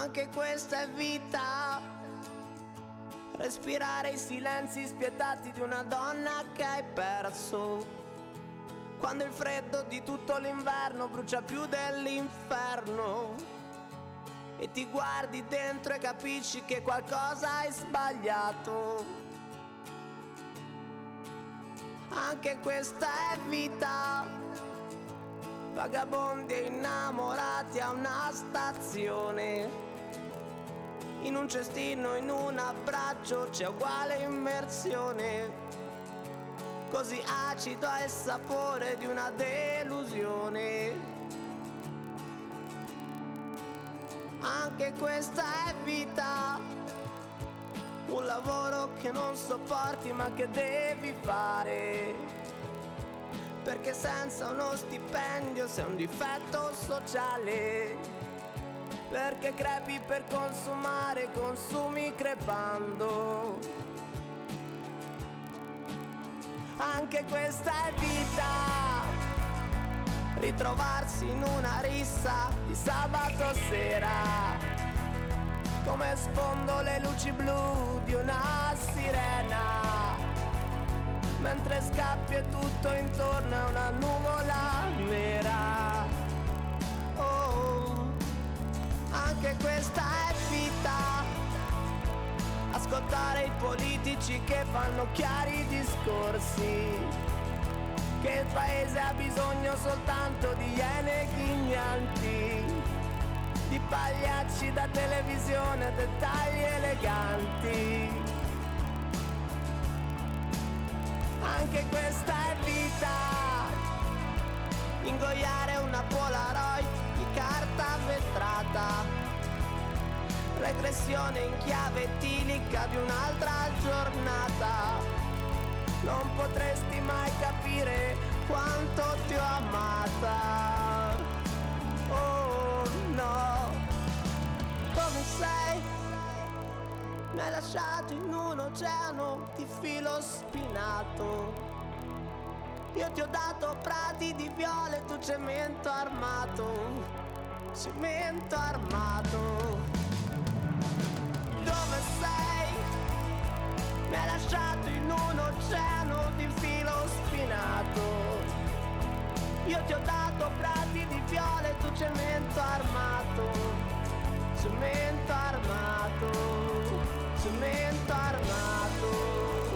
Anche questa è vita, respirare i silenzi spietati di una donna che hai perso, quando il freddo di tutto l'inverno brucia più dell'inferno, e ti guardi dentro e capisci che qualcosa hai sbagliato. Anche questa è vita, vagabondi e innamorati a una stazione, in un cestino, in un abbraccio c'è uguale immersione, così acido è il sapore di una delusione. Anche questa è vita, un lavoro che non sopporti ma che devi fare, perché senza uno stipendio sei un difetto sociale, perché crepi per consumare, consumi crepando. Anche questa è vita, ritrovarsi in una rissa di sabato sera, come sfondo le luci blu di una sirena, mentre scappi e tutto intorno è una nuvola nera. Oh, anche questa è vita, ascoltare i politici che fanno chiari discorsi, che il paese ha bisogno soltanto di iene ghignanti, di pagliacci da televisione, dettagli eleganti. Anche questa è vita, ingoiare una Polaroid di carta vetrata, regressione in chiave etilica di un'altra giornata. Non potresti mai capire quanto ti ho amata. Oh no, dove sei? Mi hai lasciato in un oceano di filo spinato. Io ti ho dato prati di viole, tu cemento armato, cemento armato. Dove sei? Mi hai lasciato in un oceano di filo spinato. Io ti ho dato prati di viole, tu cemento armato, cemento armato, cemento armato.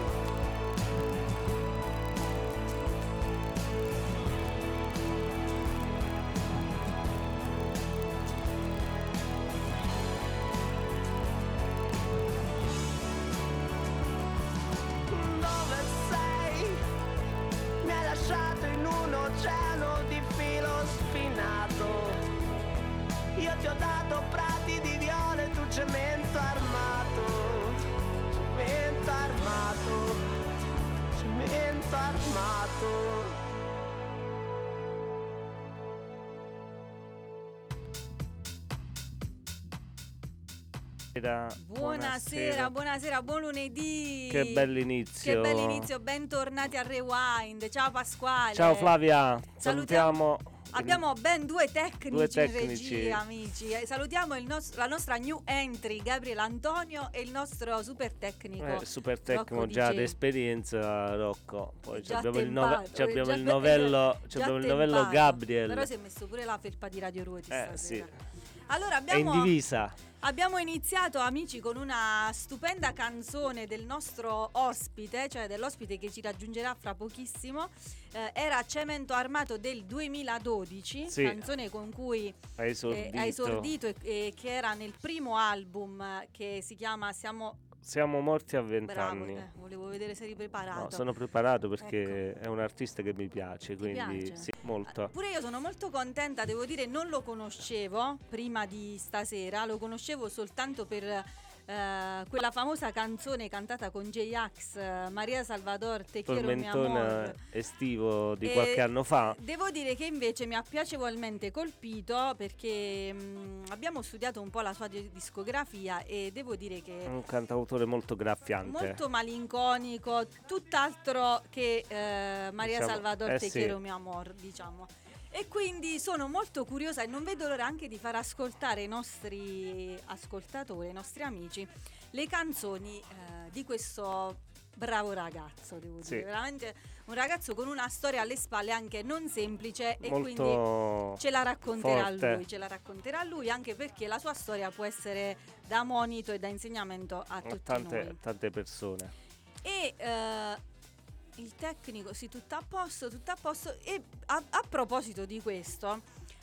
Lasciato in un oceano di filo spinato. Io ti ho dato prati di viole, tu cemento armato, cemento armato, cemento armato. Buonasera, buonasera, buon lunedì. Che bell'inizio. Che bell'inizio, bentornati a Rewind. Ciao Pasquale. Ciao Flavia. Salutiamo. Abbiamo ben due tecnici in regia, amici. Salutiamo la nostra new entry, Gabriele Antonio, e il nostro super tecnico. Super tecnico già d'esperienza, Rocco. Poi abbiamo il novello Gabriele. Però si è messo pure la felpa di Radio Ruoti stasera. Sì. Allora è in divisa. Abbiamo iniziato, amici, con una stupenda canzone del nostro ospite, cioè dell'ospite che ci raggiungerà fra pochissimo. Era Cemento Armato del 2012, sì, canzone con cui ha esordito e che era nel primo album che si chiama Siamo morti a 20 anni. Volevo vedere se eri preparato. No, sono preparato perché è un artista che mi piace, quindi piace? Sì, molto. Pure io sono molto contenta, devo dire, non lo conoscevo prima di stasera, lo conoscevo soltanto per quella famosa canzone cantata con J-Ax, Maria Salvador, Te quiero mi amor, estivo di qualche anno fa. Devo dire che invece mi ha piacevolmente colpito perché abbiamo studiato un po' la sua discografia e devo dire che è un cantautore molto graffiante, molto malinconico, tutt'altro che Maria Salvador, Te quiero mi amor, diciamo. E quindi sono molto curiosa e non vedo l'ora anche di far ascoltare ai nostri ascoltatori, ai nostri amici, le canzoni di questo bravo ragazzo, devo dire. Veramente un ragazzo con una storia alle spalle anche non semplice, e molto quindi ce la racconterà forte. lui, ce la racconterà lui, anche perché la sua storia può essere da monito e da insegnamento a tutti noi. Tante persone. E il tecnico, sì, tutto a posto. E a proposito di questo,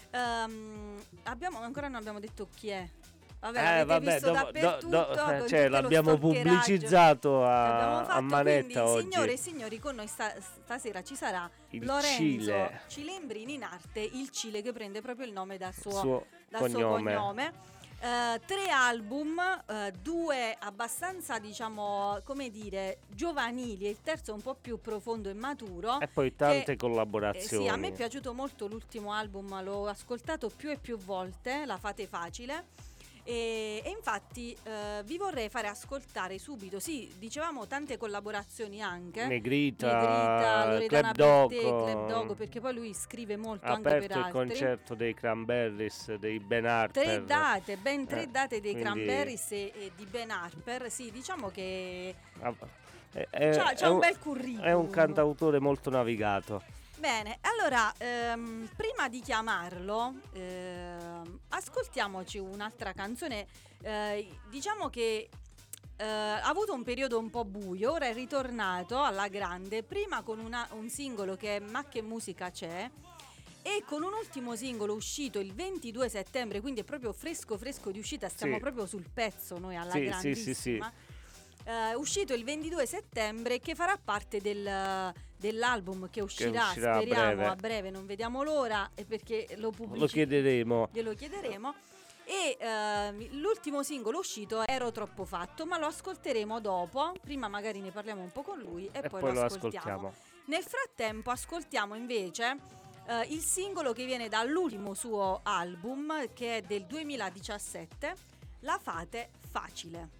ancora non abbiamo detto chi è. Vabbè, visto dappertutto, cioè l'abbiamo pubblicizzato a manetta oggi. Signore e signori, con noi stasera ci sarà il Lorenzo Cilembrini, in arte il Cile, che prende proprio il nome dal suo cognome. cognome. 3 album, 2 abbastanza, diciamo, come dire, giovanili, e il terzo un po' più profondo e maturo. E poi tante collaborazioni. Sì, a me è piaciuto molto l'ultimo album, l'ho ascoltato più e più volte, La fate facile. E infatti vi vorrei fare ascoltare subito, sì, dicevamo tante collaborazioni anche, Negrita, Loredana Bertè, Club Dogo, perché poi lui scrive molto anche per altri. Il concerto dei Cranberries, dei Ben Harper, 3 date dei Cranberries e di Ben Harper. Sì, diciamo che c'ha un bel curriculum, è un cantautore molto navigato. Bene, allora, prima di chiamarlo, ascoltiamoci un'altra canzone. Diciamo che ha avuto un periodo un po' buio, ora è ritornato alla grande, prima con un singolo che è Ma che musica c'è, e con un ultimo singolo uscito il 22 settembre, quindi è proprio fresco di uscita, stiamo proprio sul pezzo noi alla grandissima. Uscito il 22 settembre, che farà parte dell'album che uscirà speriamo a breve, non vediamo l'ora, perché glielo chiederemo. E l'ultimo singolo uscito è Ero troppo fatto, ma lo ascolteremo dopo. Prima magari ne parliamo un po' con lui e poi lo ascoltiamo. Nel frattempo ascoltiamo invece il singolo che viene dall'ultimo suo album, che è del 2017, La fate facile.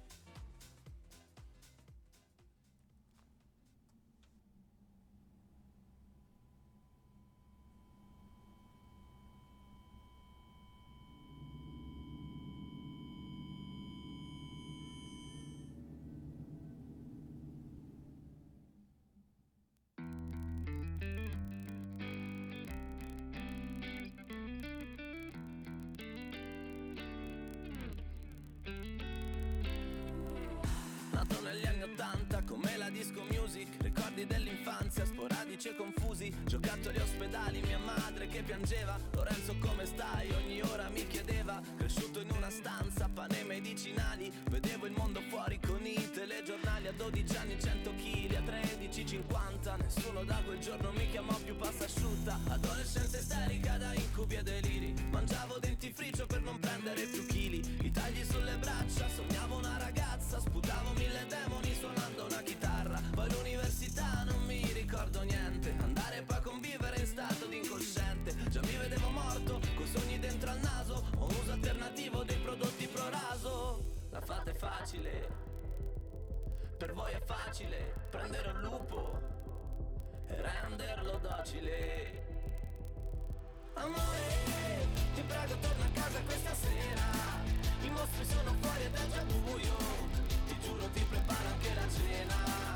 Nato negli anni 80 come la disco music, ricordi dell'infanzia sporadici e confusi, giocattoli ospedali, mia madre che piangeva, Lorenzo come stai, ogni ora mi chiedeva, cresciuto in una stanza, pane e medicinali, vedevo il mondo fuori con i telegiornali, a 12 anni 100 kg, a 13 50, nessuno da quel giorno mi chiamò più pasta asciutta, adolescenza isterica da incubi e deliri, mangiavo dentifricio per non prendere più chili, i tagli sulle braccia, sognavo una ragazza, sputavo 1000 demoni suonando una chitarra, poi l'università non mi ricordo niente, andare e poi convivere in stato di incosciente, già mi vedevo morto, coi sogni dentro al naso, ho un uso alternativo dei prodotti pro raso, la fate facile, per voi è facile, prendere un lupo e renderlo docile. Amore, ti prego torna a casa questa sera, i mostri sono fuori ed è già buio, ti giuro ti preparo anche la cena.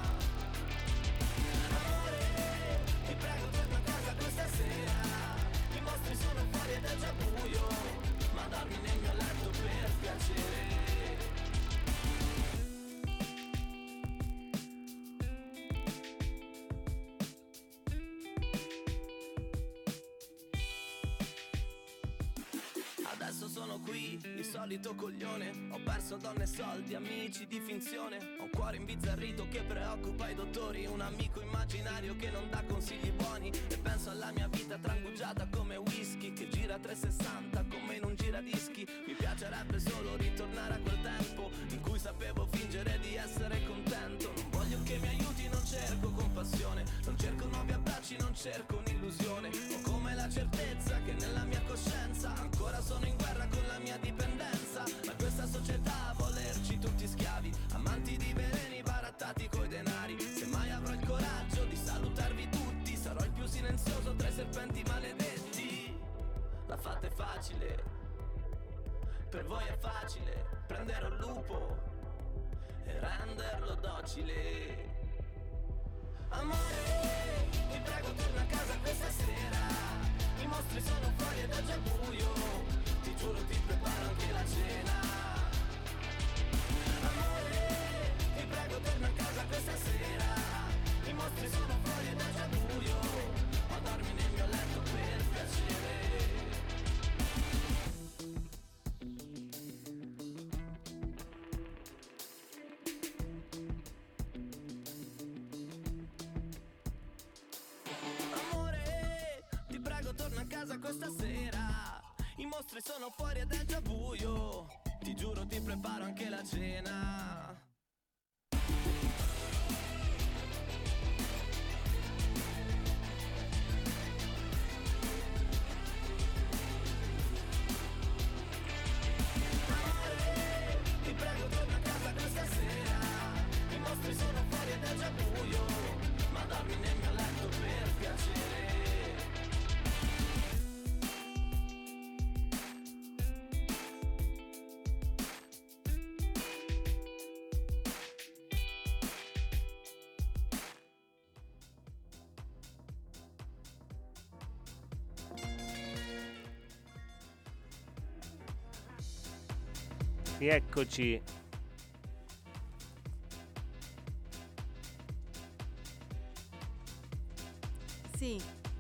Amore, ti prego torna a casa questa sera, i mostri sono fuori ed è già buio, ma dormi nel mio letto per piacere. Adesso sono qui, il solito coglione, ho perso donne e soldi, amici di finzione, ho un cuore imbizzarrito che preoccupa i dottori, un amico immaginario che non dà consigli buoni, e penso alla mia vita trangugiata come whisky, che gira 360 come in un giradischi, mi piacerebbe solo ritornare a quel tempo, in cui sapevo fingere di essere contento, non voglio che mi aiuti, non cerco compassione, non cerco nuovi abbracci, non cerco un'illusione, ho come la certezza che nella mia coscienza ancora sono in guerra con la mia dipendenza, ma questa società a volerci tutti schiavi, amanti di veleni barattati coi denari, se mai avrò il coraggio di salutarvi tutti, sarò il più silenzioso tra i serpenti maledetti, facile, per voi è facile prendere un lupo e renderlo docile. Amore, ti prego torna a casa questa sera, i mostri sono fuori ed è già buio, ti giuro ti preparo anche la cena. Amore, ti prego torna a casa questa sera, i mostri sono fuori ed è già buio, ma dormi nel mio letto per piacere. Torna a casa questa sera, i mostri sono fuori ed è già buio, ti giuro ti preparo anche la cena. Amore, ti prego torna a casa questa sera, i mostri sono fuori ed è già buio, ma dormi nel mio letto per piacere. Rieccoci. Sì.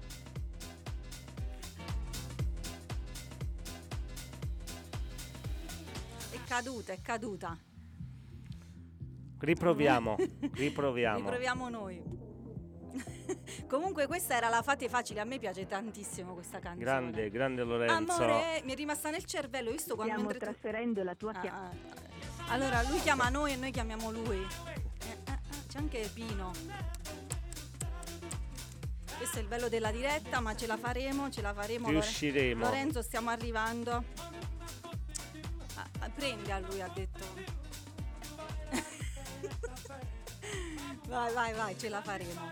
È caduta. Riproviamo. Riproviamo noi. Comunque questa era la Fate Facile, a me piace tantissimo questa canzone. Grande Lorenzo. Amore, mi è rimasta nel cervello, visto quando Stiamo trasferendo la tua chiamata. Allora, lui chiama noi e noi chiamiamo lui. C'è anche Pino. Questo è il bello della diretta, ma ce la faremo. Riusciremo. Lorenzo, stiamo arrivando. Prendi a lui, ha detto. Vai, ce la faremo.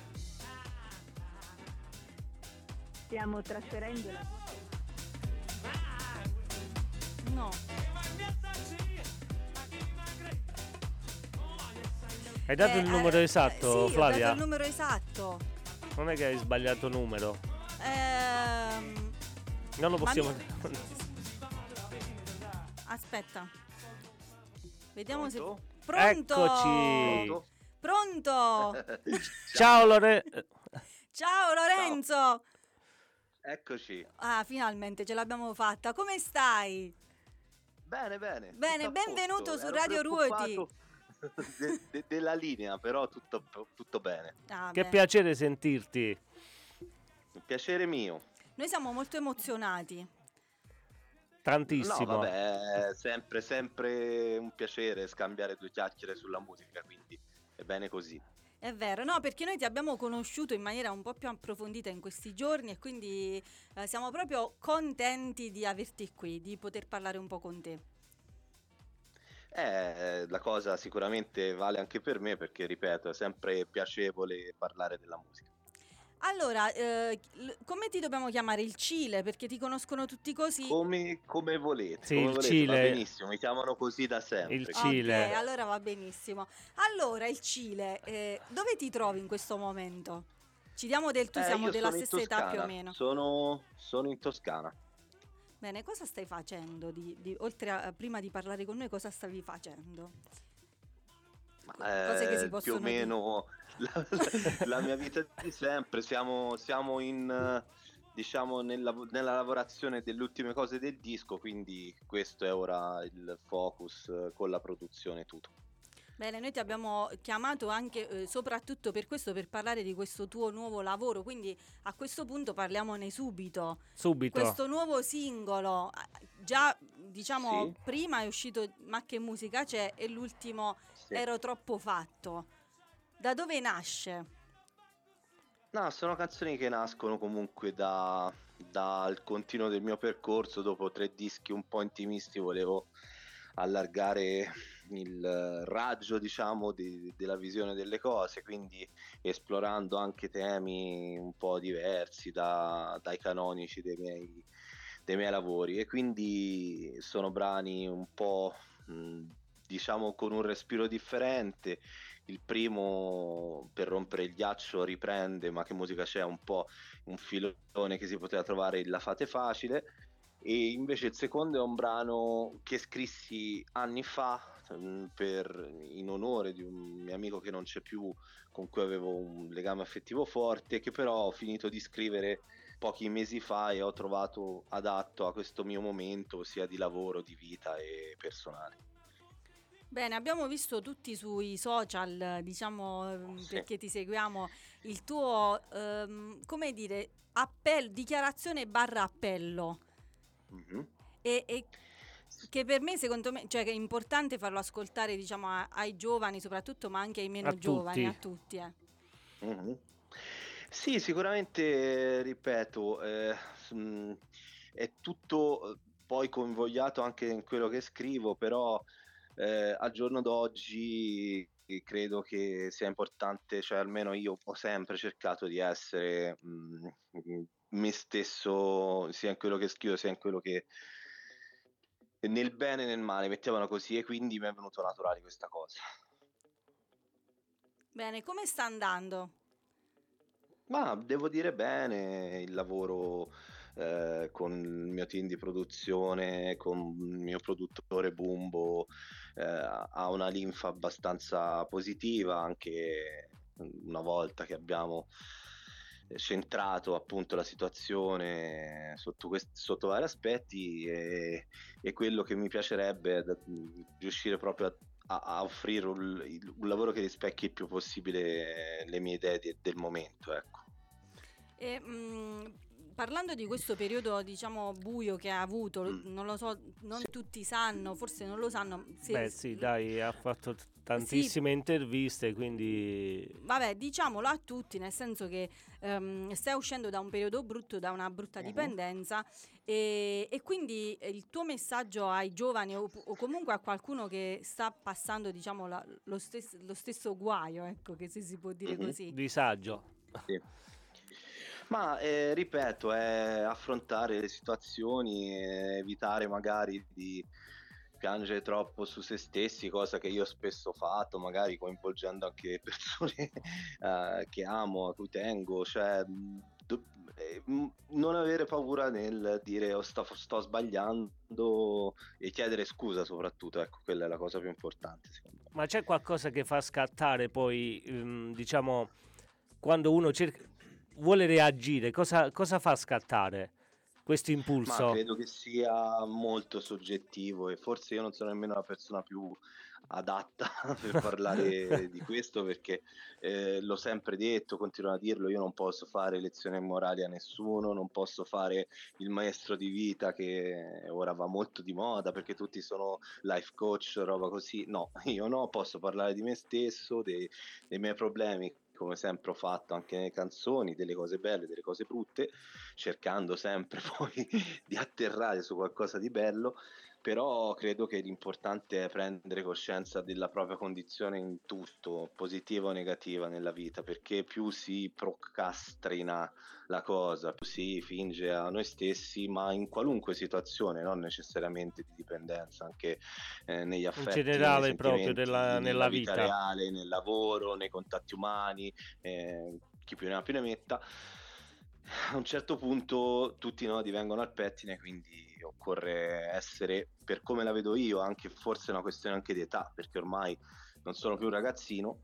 Stiamo trasferendo la No. Hai dato il numero esatto, sì, Flavia? Ho dato il numero esatto. Non è che hai sbagliato numero. Non lo possiamo. Aspetta. Vediamo Pronto? se. Pronto! Eccoci. Pronto! Ciao Ciao Lorenzo! Eccoci. Finalmente ce l'abbiamo fatta. Come stai? Bene. Bene, Tutto a benvenuto posto. su Ero Radio Ruoti. preoccupato della linea, però tutto bene. Che Beh. piacere sentirti. Un piacere mio. Noi siamo molto emozionati. Tantissimo. No, vabbè, è sempre un piacere scambiare due chiacchiere sulla musica, quindi è bene così. È vero, no, perché noi ti abbiamo conosciuto in maniera un po' più approfondita in questi giorni e quindi siamo proprio contenti di averti qui, di poter parlare un po' con te. La cosa sicuramente vale anche per me perché, ripeto, è sempre piacevole parlare della musica. Allora, come ti dobbiamo chiamare? Il Cile? Perché ti conoscono tutti così? Come volete, Sì, come il volete, Cile. va benissimo, mi chiamano così da sempre. Il Cile. Ok, allora va benissimo. Allora, il Cile, dove ti trovi in questo momento? Ci diamo del tu, siamo Io della sono in stessa età più o Toscana, meno. Sono in Toscana. Bene, cosa stai facendo? Oltre a prima di parlare con noi, cosa stavi facendo? Cose che si possono più o meno la mia vita di sempre. Siamo in diciamo nella lavorazione delle ultime cose del disco, quindi questo è ora il focus con la produzione tutto. Bene, noi ti abbiamo chiamato anche soprattutto per questo, per parlare di questo tuo nuovo lavoro, quindi a questo punto parliamone subito. Questo nuovo singolo, già diciamo Sì. prima è uscito Ma che musica c'è e l'ultimo Sì. Ero troppo fatto. Da dove nasce? No, sono canzoni che nascono comunque dal continuo del mio percorso. Dopo 3 dischi un po' intimisti volevo allargare il raggio, diciamo, della visione delle cose, quindi esplorando anche temi un po' diversi dai canonici dei miei lavori, e quindi sono brani un po' diciamo con un respiro differente. Il primo, per rompere il ghiaccio, riprende "Ma che musica c'è", un po' un filone che si poteva trovare in La fate facile, e invece il secondo è un brano che scrissi anni fa in onore di un mio amico che non c'è più, con cui avevo un legame affettivo forte, che però ho finito di scrivere pochi mesi fa e ho trovato adatto a questo mio momento, sia di lavoro, di vita e personale. Bene, abbiamo visto tutti sui social, diciamo, Sì. perché ti seguiamo, il tuo, come dire, dichiarazione barra appello. Mhm. E che per me, secondo me, cioè che è importante farlo ascoltare, diciamo, ai giovani soprattutto, ma anche ai meno A giovani, a tutti. tutti. Mhm. Sì, sicuramente, ripeto, è tutto poi convogliato anche in quello che scrivo, però al giorno d'oggi credo che sia importante, cioè almeno io ho sempre cercato di essere me stesso, sia in quello che scrivo, sia in quello che nel bene e nel male, mettiamola così, e quindi mi è venuto naturale questa cosa. Bene, come sta andando? Ma devo dire bene, il lavoro con il mio team di produzione, con il mio produttore Bumbo, ha una linfa abbastanza positiva, anche una volta che abbiamo centrato appunto la situazione sotto vari aspetti, e quello che mi piacerebbe è riuscire proprio a offrire un lavoro che rispecchi il più possibile le mie idee del momento, ecco. E, parlando di questo periodo, diciamo, buio che ha avuto, Mm. non lo so, non Sì. tutti sanno, forse non lo sanno. Beh sì, dai, ha fatto Sì, tantissime interviste, quindi vabbè, diciamolo a tutti, nel senso che stai uscendo da un periodo brutto, da una brutta Mhm. dipendenza, e quindi il tuo messaggio ai giovani o comunque a qualcuno che sta passando, diciamo, lo stesso guaio, ecco, che se si può dire Mhm. così. disagio. Sì. Ma ripeto, è affrontare le situazioni, evitare magari di piangere troppo su se stessi, cosa che io spesso ho fatto, magari coinvolgendo anche persone che amo, a cui tengo, cioè non avere paura nel dire "Oh, sto sbagliando", e chiedere scusa soprattutto, ecco, quella è la cosa più importante secondo me. Ma c'è qualcosa che fa scattare poi, diciamo, quando uno vuole reagire, cosa fa scattare questo Ma impulso? credo che sia molto soggettivo, e forse io non sono nemmeno la persona più adatta per parlare di questo, perché l'ho sempre detto, continuo a dirlo: io non posso fare lezioni morali a nessuno, non posso fare il maestro di vita, che ora va molto di moda perché tutti sono life coach, roba così. No, io no, posso parlare di me stesso, dei miei problemi, come sempre ho fatto anche nelle canzoni, delle cose belle, delle cose brutte, cercando sempre poi di atterrare su qualcosa di bello. Però credo che l'importante è prendere coscienza della propria condizione in tutto, positiva o negativa nella vita, perché più si procrastina la cosa, più si finge a noi stessi, ma in qualunque situazione, non necessariamente di dipendenza, anche negli In affetti, nei generale proprio sentimenti, nella nella vita vita. reale, nel lavoro, nei contatti umani, chi più ne ha più ne metta. A un certo punto tutti i nodi vengono al pettine, quindi occorre essere, per come la vedo io, anche forse una questione anche di età, perché ormai non sono più un ragazzino,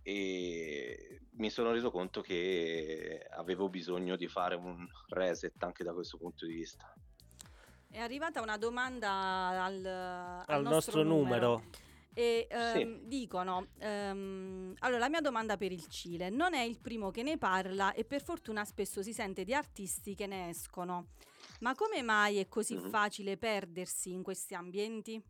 e mi sono reso conto che avevo bisogno di fare un reset anche da questo punto di vista. È arrivata una domanda al Al nostro nostro numero. numero. E Sì. dicono, allora la mia domanda per il Cile: non è il primo che ne parla e per fortuna spesso si sente di artisti che ne escono, ma come mai è così Mhm. facile perdersi in questi ambienti?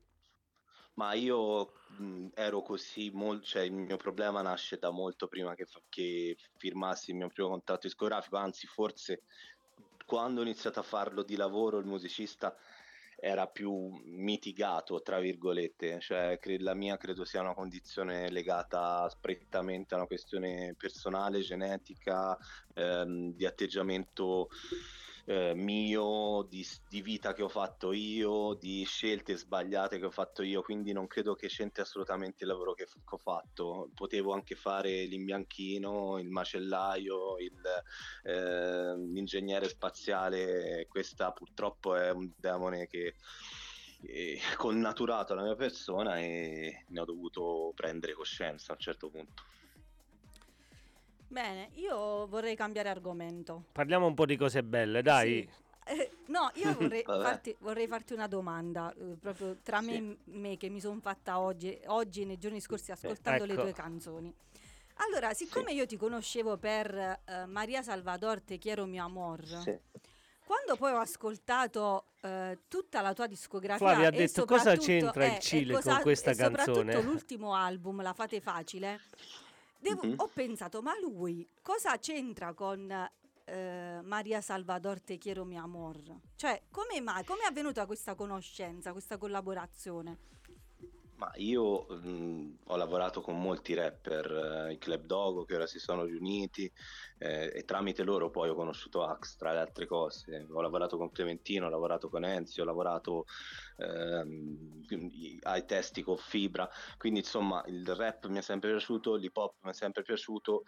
Ma io ero così, cioè il mio problema nasce da molto prima che firmassi il mio primo contratto discografico, anzi forse quando ho iniziato a farlo di lavoro il musicista era più mitigato, tra virgolette, cioè la mia credo sia una condizione legata prettamente a una questione personale, genetica, di atteggiamento mio, di vita che ho fatto io, di scelte sbagliate che ho fatto io, quindi non credo che c'entri assolutamente il lavoro che ho fatto. Potevo anche fare l'imbianchino, il macellaio, l'ingegnere spaziale. Questa purtroppo è un demone che è connaturato alla mia persona e ne ho dovuto prendere coscienza a un certo punto. Bene, io vorrei cambiare argomento. Parliamo un po' di cose belle, dai. Sì. No, io Vabbè. vorrei farti una domanda, proprio tra me Sì. e me, che mi sono fatta oggi e nei giorni scorsi ascoltando le Ecco. tue canzoni. Allora, siccome io ti conoscevo per Maria Salvador, Te quiero mi amor, Sì. quando poi ho ascoltato tutta la tua discografia Flavia ha e detto, cosa soprattutto c'entra il Cile con questa e soprattutto canzone? l'ultimo album, La fate facile, Mhm. ho pensato, ma lui cosa c'entra con Maria Salvador, Te quiero mi amor? Cioè, come mai? Come è avvenuta questa conoscenza, questa collaborazione? Ma io ho lavorato con molti rapper, i Club Dogo che ora si sono riuniti, e tramite loro poi ho conosciuto Axe, tra le altre cose. Ho lavorato con Clementino, ho lavorato con Enzi, ho lavorato ai testi con Fibra, quindi insomma il rap mi è sempre piaciuto, l'hip hop mi è sempre piaciuto,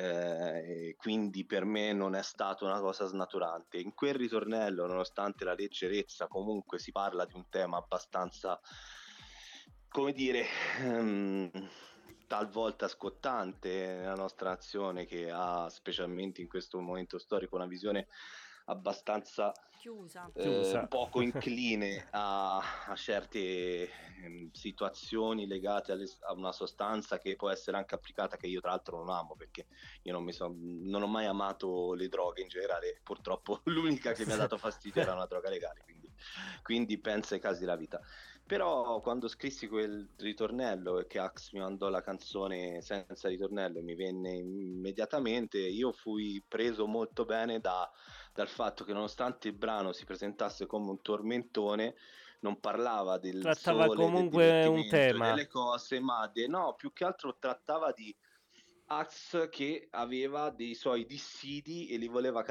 e quindi per me non è stata una cosa snaturante. In quel ritornello, nonostante la leggerezza, comunque si parla di un tema abbastanza, come dire, talvolta scottante nella nostra nazione, che ha, specialmente in questo momento storico, una visione abbastanza Chiusa. Chiusa. poco incline a certe situazioni legate a una sostanza che può essere anche applicata, che io tra l'altro non amo, perché io non ho mai amato le droghe in generale. Purtroppo l'unica che mi ha dato fastidio era una droga legale, quindi pensa ai casi della vita. Però quando scrissi quel ritornello e che Axe mi mandò la canzone senza ritornello e mi venne immediatamente, io fui preso molto bene dal fatto che, nonostante il brano si presentasse come un tormentone, non parlava del Trattava sole, del comunque un divertimento e tema. delle cose, ma no, più che altro trattava di Axe che aveva dei suoi dissidi e li voleva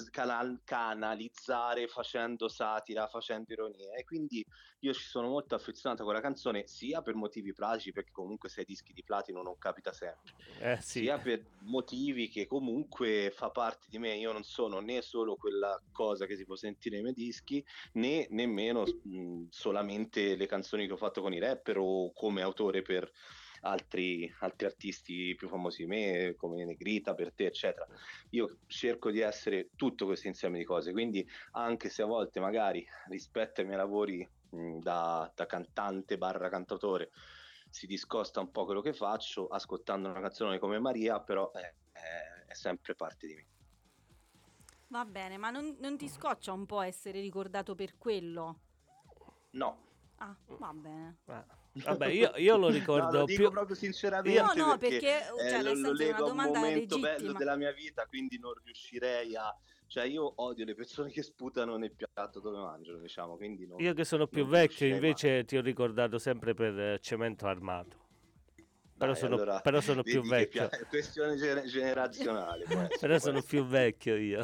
canalizzare facendo satira, facendo ironia, e quindi io ci sono molto affezionato a quella canzone, sia per motivi pratici, perché comunque 6 dischi di platino non capita sempre, Sì. sia per motivi che comunque fa parte di me. Io non sono né solo quella cosa che si può sentire nei miei dischi, né nemmeno solamente le canzoni che ho fatto con i rapper o come autore per altri artisti più famosi di me, come Negrita, Per te, eccetera. Io cerco di essere tutto questo insieme di cose, quindi anche se a volte magari rispetto ai miei lavori da cantante barra cantautore si discosta un po' quello che faccio, ascoltando una canzone come Maria, però è sempre parte di me. Va bene, ma non ti scoccia un po' essere ricordato per quello? No. Ah, va bene. Vabbè, io lo ricordo No, lo dico più. proprio sinceramente, No, perché cioè, nel lo senso, è una lega a un domanda momento bello legittima. della mia vita, quindi non riuscirei cioè io odio le persone che sputano nel piatto dove mangiano, diciamo, quindi Io che sono più non vecchio, riuscirei mai. invece ti ho ricordato sempre per Cemento Armato. Però Dai, sono, allora però sono più vedi che vecchio. è questione generazionale, può essere, Però può sono essere. più vecchio io.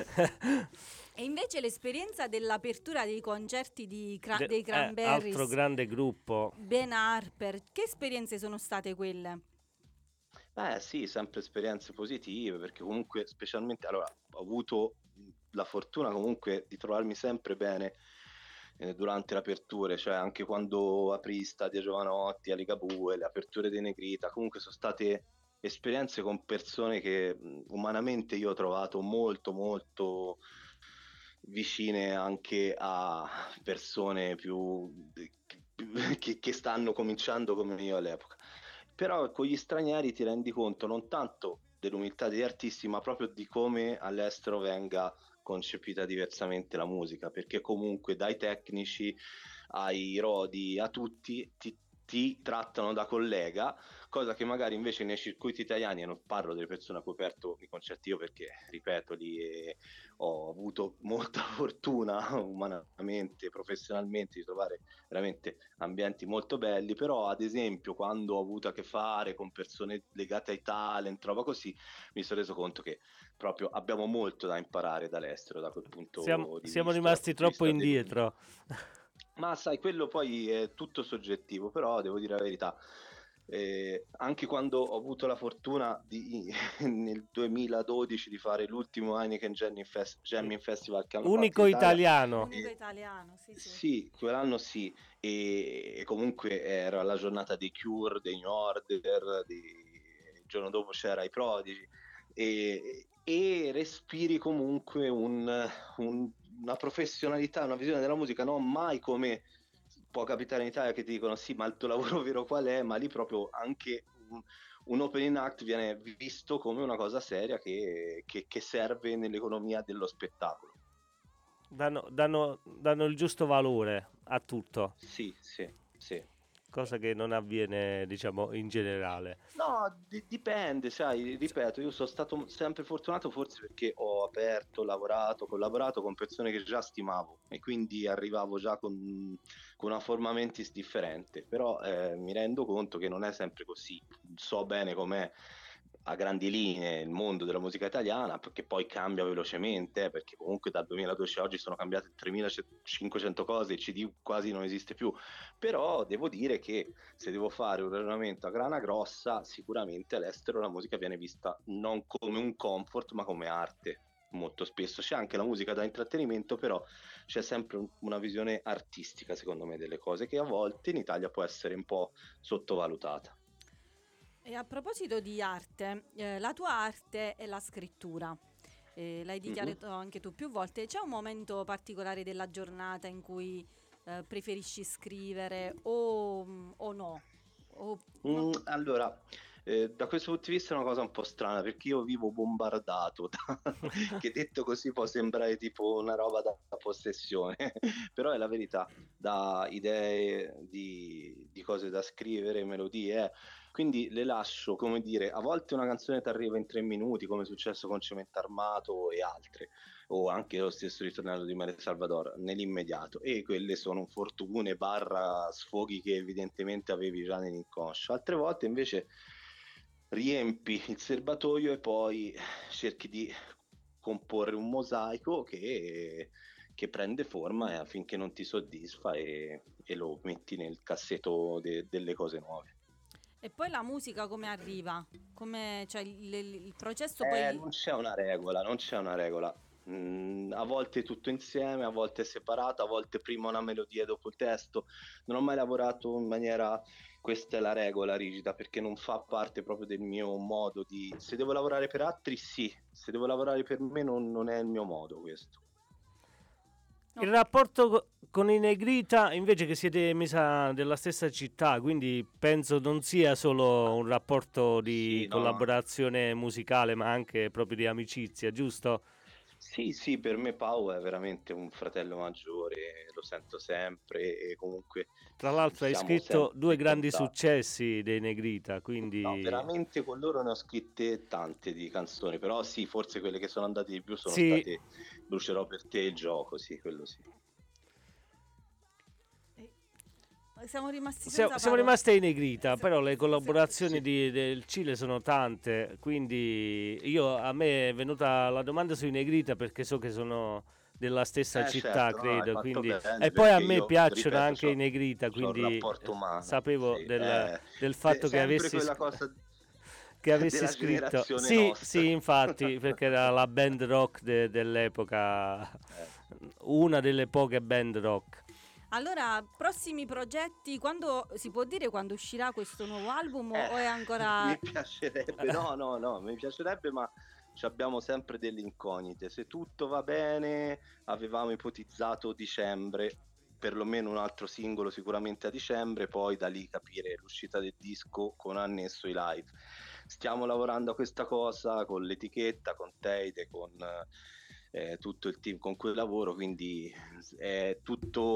E invece l'esperienza dell'apertura dei concerti dei Altro Cranberries, grande gruppo. Ben Harper, che esperienze sono state quelle? Sì, sempre esperienze positive, perché comunque, specialmente, allora, ho avuto la fortuna comunque di trovarmi sempre bene durante le aperture, cioè anche quando aprì Stadio Giovanotti, a Ligabue, le aperture dei Negrita, comunque sono state esperienze con persone che umanamente io ho trovato molto molto vicine anche a persone che stanno cominciando come io all'epoca. Però con gli stranieri ti rendi conto non tanto dell'umiltà degli artisti, ma proprio di come all'estero venga concepita diversamente la musica, perché comunque dai tecnici ai rodi a tutti ti ti trattano da collega, cosa che magari invece nei circuiti italiani, e non parlo delle persone a cui ho aperto i concerti io perché, ripeto, lì ho avuto molta fortuna umanamente, professionalmente, di trovare veramente ambienti molto belli, però ad esempio quando ho avuto a che fare con persone legate ai talent, roba così, mi sono reso conto che proprio abbiamo molto da imparare dall'estero da quel punto Siamo, di siamo vista, rimasti troppo indietro. ma sai, quello poi è tutto soggettivo, però devo dire la verità. Anche quando ho avuto la fortuna nel 2012 di fare l'ultimo Heineken Jamming Festival che hanno fatto Unico in Italia, italiano. Unico italiano, sì, sì. sì, quell'anno sì, e comunque era la giornata dei Cure, dei New Order, il giorno dopo c'era i Prodigy, e respiri comunque una professionalità, una visione della musica, non mai come può capitare in Italia che ti dicono sì, ma il tuo lavoro vero qual è, ma lì proprio anche un opening act viene visto come una cosa seria che serve nell'economia dello spettacolo. Danno il giusto valore a tutto, Sì, sì, sì. cosa che non avviene, diciamo, in generale. No, dipende, sai, ripeto, io sono stato sempre fortunato forse perché ho aperto, lavorato, collaborato con persone che già stimavo e quindi arrivavo già con una forma mentis differente, però mi rendo conto che non è sempre così. So bene com'è a grandi linee il mondo della musica italiana, perché poi cambia velocemente, perché comunque dal 2012 a oggi sono cambiate 3500 cose, il CD quasi non esiste più, però devo dire che se devo fare un ragionamento a grana grossa, sicuramente all'estero la musica viene vista non come un comfort, ma come arte. Molto spesso c'è anche la musica da intrattenimento, però c'è sempre una visione artistica, secondo me, delle cose che a volte in Italia può essere un po' sottovalutata. E a proposito di arte, la tua arte è la scrittura. L'hai dichiarato anche tu più volte. C'è un momento particolare della giornata in cui preferisci scrivere o no? Allora, da questo punto di vista è una cosa un po' strana perché io vivo bombardato, che detto così può sembrare tipo una roba da possessione, però è la verità, da idee di cose da scrivere, melodie, quindi le lascio, come dire, a volte una canzone ti arriva in 3 minuti, come è successo con Cemento Armato e altre, o anche lo stesso ritornello di Maria Salvador nell'immediato, e quelle sono fortune barra sfoghi che evidentemente avevi già nell'inconscio. Altre volte invece riempi il serbatoio e poi cerchi di comporre un mosaico che prende forma affinché non ti soddisfa e lo metti nel cassetto delle cose nuove. E poi la musica come arriva? Cioè il processo poi... Non c'è una regola, non c'è una regola. A volte è tutto insieme, a volte è separato, a volte prima una melodia e dopo il testo. Non ho mai lavorato in maniera, questa è la regola rigida, perché non fa parte proprio del mio modo di... Se devo lavorare per altri, sì. Se devo lavorare per me, non è il mio modo questo. Il rapporto con i Negrita, invece, che siete mesa della stessa città, quindi penso non sia solo un rapporto di Sì, no. collaborazione musicale, ma anche proprio di amicizia, giusto? Sì, per me Pau è veramente un fratello maggiore, lo sento sempre e comunque Tra l'altro hai siamo scritto sempre 2 in grandi contatto. successi dei Negrita, No, quindi veramente con loro ne ho scritte tante di canzoni, però sì, forse quelle che sono andate di più sono sì, state Brucerò per te e il gioco, sì, quello sì. Siamo rimasti senza siamo parole. rimasti ai Negrita, però le Sì. collaborazioni Sì. del Cile sono tante, quindi a me è venuta la domanda sui Negrita perché so che sono della stessa città, Certo, no, hai credo, fatto quindi... bene E poi a perché me io, piacciono ripeto, anche i c'ho Negrita, un quindi rapporto umano, sapevo sì, del fatto che sempre avessi... quella cosa che avessi della scritto, generazione sì, nostra. sì, infatti, perché era la band rock dell'epoca, una delle poche band rock. Allora, prossimi progetti, quando si può dire quando uscirà questo nuovo album o è ancora... Mi piacerebbe, no, mi piacerebbe, ma ci abbiamo sempre delle incognite. Se tutto va bene, avevamo ipotizzato dicembre, perlomeno un altro singolo sicuramente a dicembre, poi da lì capire l'uscita del disco con annesso i live. Stiamo lavorando a questa cosa con l'etichetta, con Teide, con tutto il team con cui lavoro, quindi è tutto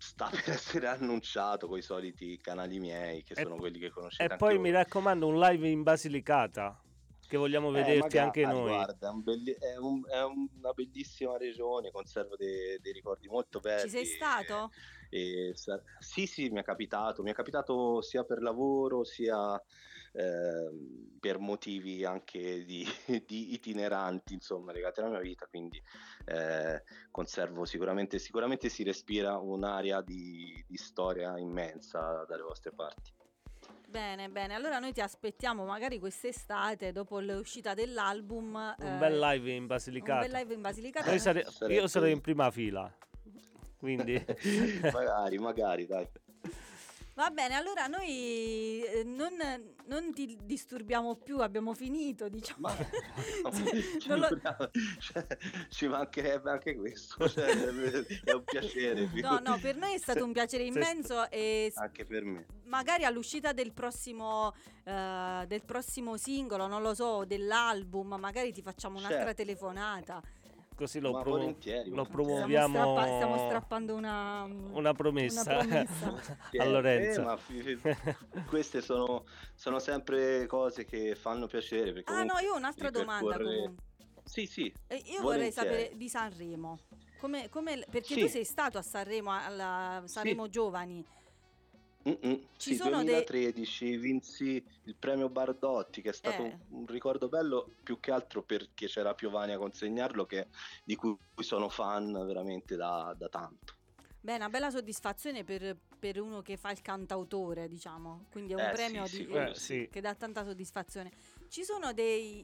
sta per essere annunciato con i soliti canali miei, che E, sono quelli che e conoscete anche poi mi voi. raccomando un live in Basilicata, che vogliamo vederti anche Magari, noi. guarda, una bellissima regione, conservo dei ricordi molto Ci sei belli. stato? Sì, sì, mi è capitato sia per lavoro sia per motivi anche di, di itineranti, insomma, legati alla mia vita, quindi conservo sicuramente si respira un'area di storia immensa dalle vostre parti. Bene, bene. Allora noi ti aspettiamo magari quest'estate, dopo l'uscita dell'album, Un bel live in un Basilicata. bel live in Basilicata. Io Sarebbe sarò in prima fila, quindi magari, dai. Va bene, allora noi non ti disturbiamo più, abbiamo finito, diciamo. Ma Non lo- cioè, ci mancherebbe anche questo, cioè, è un piacere. No, per noi è stato un piacere immenso e Anche per me. magari all'uscita del prossimo singolo, non lo so, dell'album, magari ti facciamo un'altra Certo. telefonata. così Ma volentieri, lo volentieri. promuoviamo. Stiamo strappando una promessa, una promessa. a Lorenzo. Ma queste sono sempre cose che fanno piacere. Perché Ah no, comunque io ho un'altra domanda ripercorrere- comunque. Sì, Io vorrei volentieri. sapere di Sanremo. Perché Sì. tu sei stato a Sanremo, alla Sanremo Giovani. Sì, sono dei- 2013 vinsi il premio Bardotti, che è stato un ricordo bello più che altro perché c'era Piovani a consegnarlo, di cui sono fan veramente da tanto. Beh, una bella soddisfazione per uno che fa il cantautore, diciamo. Quindi è un premio sì, quello sì. che dà tanta soddisfazione. Ci sono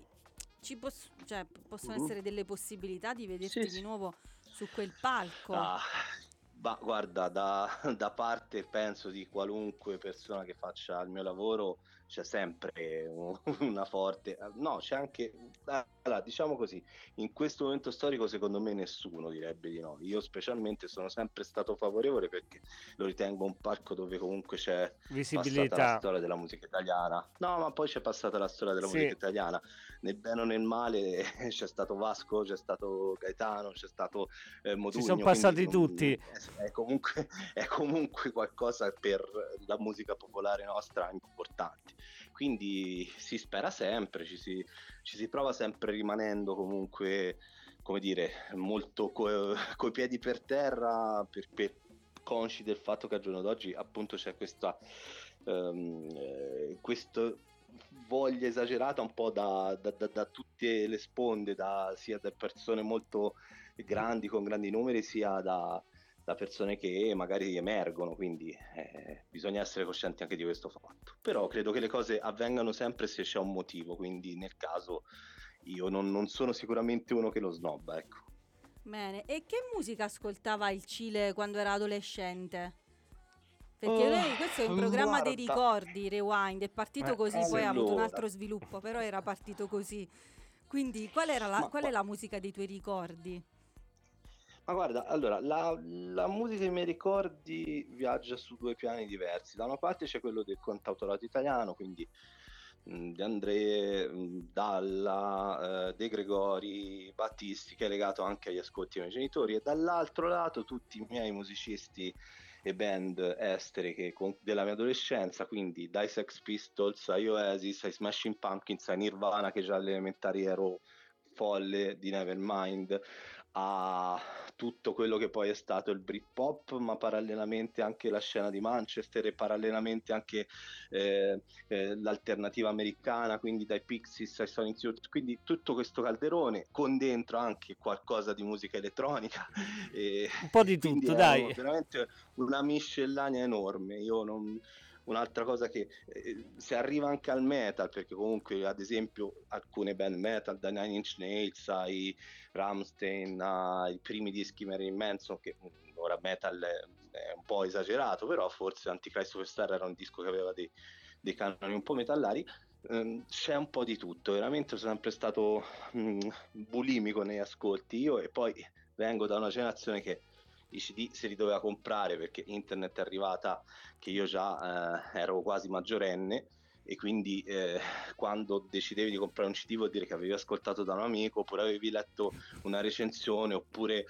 possono essere delle possibilità di vederti di Sì. nuovo su quel palco? Ma guarda, da parte penso di qualunque persona che faccia il mio lavoro c'è sempre una forte... No, c'è anche... Allora, diciamo così, in questo momento storico secondo me nessuno direbbe di no. Io specialmente sono sempre stato favorevole perché lo ritengo un palco dove comunque c'è passata la Visibilità. storia della musica italiana. No, ma poi c'è passata la storia della Sì. musica italiana. Nel bene o nel male c'è stato Vasco, c'è stato Gaetano, c'è stato Modugno. Ci sono passati quindi, tutti. è comunque qualcosa per la musica popolare nostra importante. Quindi si spera sempre, ci si prova sempre rimanendo comunque, come dire, molto coi piedi per terra, consci del fatto che al giorno d'oggi appunto c'è questa voglia esagerata un po' da tutte le sponde, sia da persone molto grandi con grandi numeri, sia da persone che magari emergono, quindi bisogna essere coscienti anche di questo fatto. Però credo che le cose avvengano sempre se c'è un motivo, quindi nel caso io non sono sicuramente uno che lo snobba, ecco. Bene, e che musica ascoltava il Cile quando era adolescente? Perché questo è un programma dei guarda. ricordi, Rewind, è partito così, poi ha avuto un allora. altro sviluppo, però era partito così. Quindi qual è la musica dei tuoi ricordi? Ma guarda, allora, la musica dei miei ricordi viaggia su due piani diversi. Da una parte c'è quello del cantautorato italiano, quindi De André, Dalla, De Gregori, Battisti, che è legato anche agli ascolti dei miei genitori, e dall'altro lato tutti i miei musicisti e band estere della mia adolescenza, quindi dai Sex Pistols ai Oasis, ai Smashing Pumpkins, ai Nirvana, che già alle elementari ero folle di Nevermind, a tutto quello che poi è stato il Britpop, ma parallelamente anche la scena di Manchester e parallelamente anche l'alternativa americana, quindi dai Pixies ai Sonic Youth, quindi tutto questo calderone con dentro anche qualcosa di musica elettronica Un po' di quindi tutto, è dai. veramente una miscellanea enorme. Un'altra cosa che se arriva anche al metal, perché comunque ad esempio alcune band metal, da Nine Inch Nails ai Rammstein, ai primi dischi Marilyn Manson, che ora metal è un po' esagerato, però forse Antichrist Superstar era un disco che aveva dei canoni un po' metallari. C'è un po' di tutto, veramente sono sempre stato bulimico negli ascolti io, e poi vengo da una generazione che i CD se li doveva comprare perché internet è arrivata che io già ero quasi maggiorenne, e quindi quando decidevi di comprare un CD vuol dire che avevi ascoltato da un amico, oppure avevi letto una recensione, oppure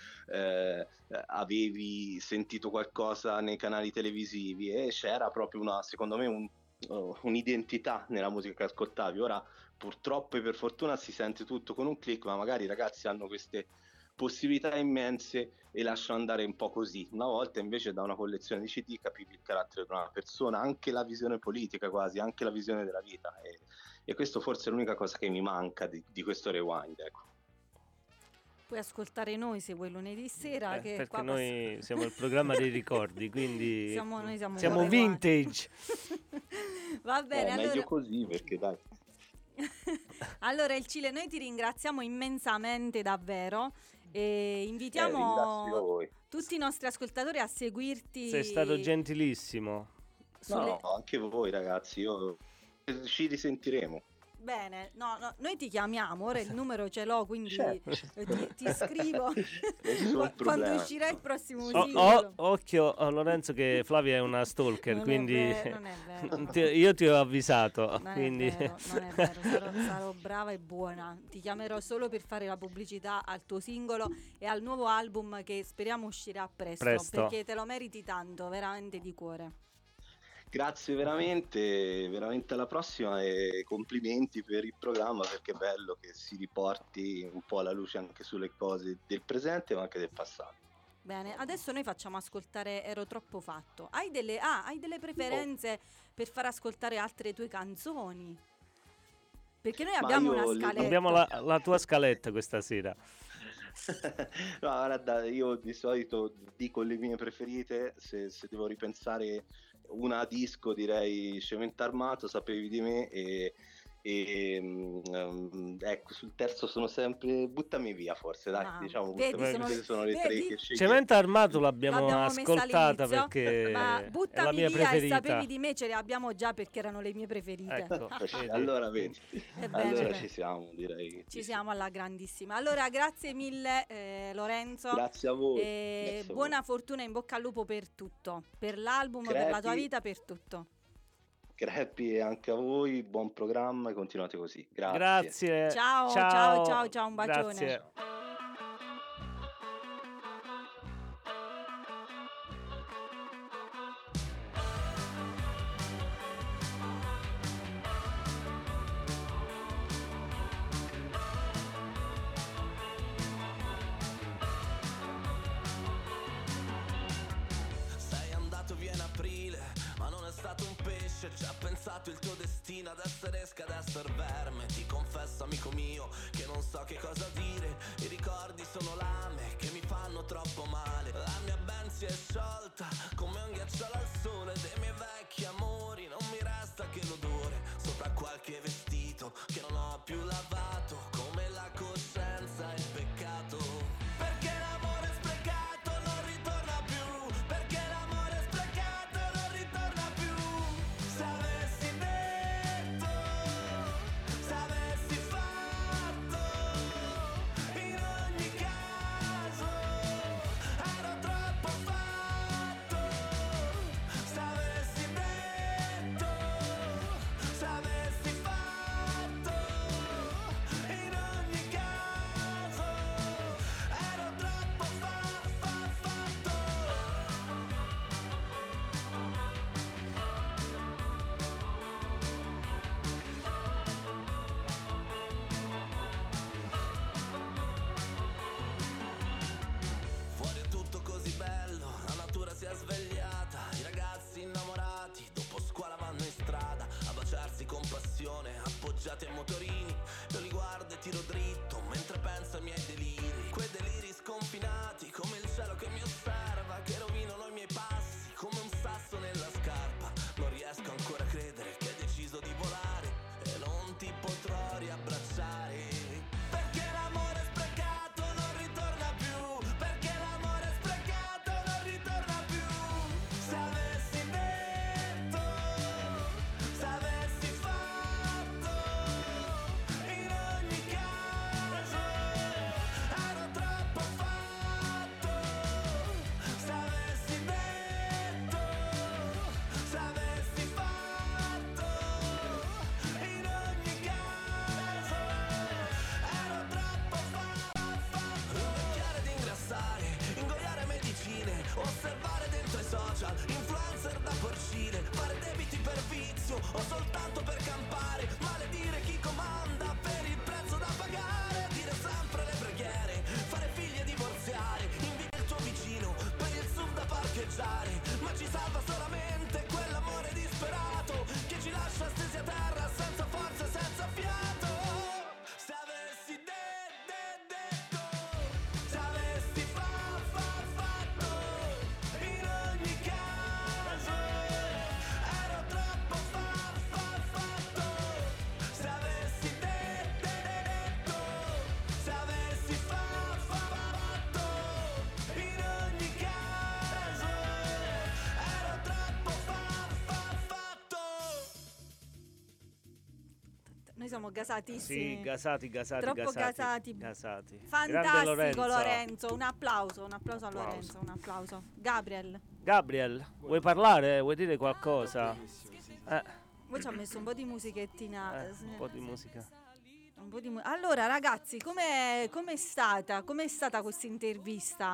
avevi sentito qualcosa nei canali televisivi, e c'era proprio secondo me un'identità nella musica che ascoltavi. Ora purtroppo e per fortuna si sente tutto con un click, ma magari i ragazzi hanno queste possibilità immense e lasciano andare un po' così. Una volta invece da una collezione di CD capivi il carattere di una persona, anche la visione politica quasi, anche la visione della vita, e questo forse è l'unica cosa che mi manca di questo Rewind, ecco. Puoi ascoltare noi se vuoi lunedì sera, che perché qua noi siamo il programma dei ricordi, quindi noi siamo siamo vintage. Va bene, allora Meglio così, perché dai. Allora il Cile, noi ti ringraziamo immensamente davvero e Ringrazio invitiamo voi. tutti i nostri ascoltatori a seguirti. Sei stato gentilissimo. No, anche voi ragazzi, ci risentiremo. Bene, no, noi ti chiamiamo, ora il numero ce l'ho, quindi Certo. ti scrivo Nessun quando problema. uscirà il prossimo singolo. Occhio Lorenzo che Flavia è una stalker, Non è quindi vero, non è vero. io ti ho avvisato, Non è quindi vero, non è vero, sarò brava e buona. Ti chiamerò solo per fare la pubblicità al tuo singolo e al nuovo album che speriamo uscirà presto. Perché te lo meriti tanto, veramente di cuore. Grazie veramente alla prossima, e complimenti per il programma, perché è bello che si riporti un po' la luce anche sulle cose del presente ma anche del passato. Bene, adesso noi facciamo ascoltare Ero troppo fatto. Hai delle preferenze per far ascoltare altre tue canzoni? Perché noi abbiamo una scaletta. Abbiamo la tua scaletta questa sera. No, guarda, io di solito dico le mie preferite, se devo ripensare una disco direi Cemento Armato, Sapevi di me, e ecco, sul terzo sono sempre Buttami via, forse dai, diciamo Buttami sono le tre che sceglio. Cemento Armato l'abbiamo messa ascoltata all'inizio, perché ma è la Buttami mia via preferita. e Sapevi di me ce le abbiamo già perché erano le mie preferite. Ecco, allora vedi, bene, allora bene. ci siamo, direi. Ci siamo alla grandissima. Allora grazie mille Lorenzo. Grazie a voi. E buona fortuna, in bocca al lupo per tutto, per l'album, Crepi. per la tua vita, per tutto. Crepi anche a voi, buon programma e continuate così. Grazie. Ciao, un bacione. Grazie. Sei andato via in aprile, ma non è stato un pesce, ci ha pensato il tuo destino ad essere esca, ad essere verme. Ti confesso amico mio che non so che cosa dire, i ricordi sono lame che mi fanno troppo male. La mia band si è sciolta come un ghiacciolo al sole, dei miei vecchi amori non mi resta che l'odore sopra qualche vestito che non ho più lavato, come la coscienza e il peccato. Perché l'amore è sprecato non ritorna più, perché l'amore è sprecato non ritorna più. Se avessi detto, se avessi fatto, in ogni caso ero troppo fatto. Se avessi detto, se avessi fatto, in ogni caso ero troppo fatto. Fuori è tutto così bello, la natura si è svegliata, i ragazzi innamorati dopo scuola vanno in strada a baciarsi con passione, appoggiati ai motorini. Io li guardo e tiro dritto mentre penso ai miei deliri, quei deliri sconfinati come il cielo che mi osserva, che rovinano i miei passi come un sasso nella scarpa. Non riesco ancora a credere che hai deciso di volare e non ti potrò riabbracciare. Perché l'amore è sprecato non ritorna più, perché l'amore è sprecato non ritorna più. Se avessi detto, se avessi fatto, in ogni caso ero troppo fatto. osservare dentro i social, influencer da porcine, fare debiti per vizio o soltanto per campare, maledire chi comanda per il prezzo da pagare, dire sempre le preghiere, fare figli e divorziare, invita il tuo vicino per il sub da parcheggiare, ma ci salva solamente quell'amore disperato che ci lascia stesi a terra senza forza e senza fiato. Se avessi detto, se avessi fatto, in ogni caso ero troppo fatto. Se avessi detto, se avessi fatto, in ogni caso ero troppo fatto. Noi siamo gasatissimi. Sì, gasati. Troppo gasati. Grande Fantastico Lorenzo, un applauso a Lorenzo, un applauso. Gabriel, vuoi parlare? Vuoi dire qualcosa? voi ci ha messo un po' di musicchettina. Un po' di musica. Allora ragazzi, com'è stata questa intervista?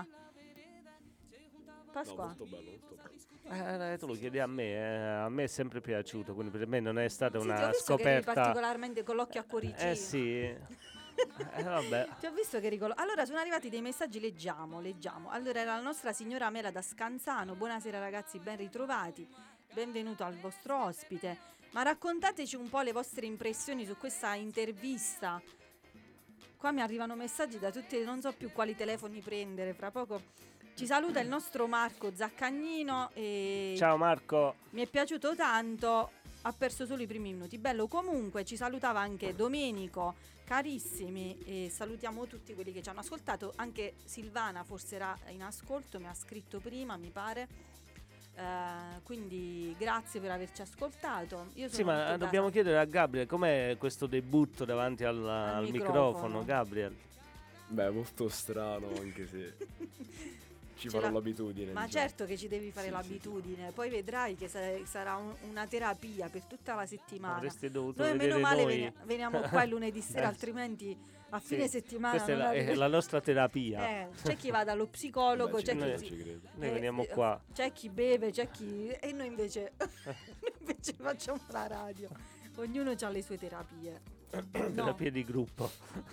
Pasqua? Molto bello. Tu lo chiedi a me è sempre piaciuto, quindi per me non è stata Sì, una ti ho visto che eri scoperta. particolarmente con l'occhio a cuoricino. Sì. Vabbè. Ti ho visto che Allora sono arrivati dei messaggi, leggiamo. Allora era la nostra signora Mela da Scanzano. Buonasera ragazzi, ben ritrovati. Benvenuto al vostro ospite. Ma raccontateci un po' le vostre impressioni su questa intervista. Qua mi arrivano messaggi da tutti, non so più quali telefoni prendere. Fra poco ci saluta il nostro Marco Zaccagnino. Ciao Marco. Mi è piaciuto tanto. Ha perso solo i primi minuti. Bello, comunque ci salutava anche Domenico, carissimi, e salutiamo tutti quelli che ci hanno ascoltato. Anche Silvana forse era in ascolto, mi ha scritto prima, mi pare. Quindi grazie per averci ascoltato. Io sono Sì, ma molto dobbiamo chiedere a Gabriel com'è questo debutto davanti al microfono, Gabriel. Beh, molto strano, anche se ci Ce farò la- l'abitudine. Ma diciamo. certo che ci devi fare Sì, l'abitudine. Poi vedrai che sarà una terapia per tutta la settimana. Avreste dovuto Noi vedere meno male noi. veniamo qua il lunedì sera, altrimenti a fine Sì, settimana questa non è arriva- la nostra terapia. c'è chi va dallo psicologo, Beh, c'è noi- chi ci credo. Noi veniamo qua. c'è chi beve, c'è chi e noi invece facciamo la radio. Ognuno ha le sue terapie. No, Terapia di gruppo.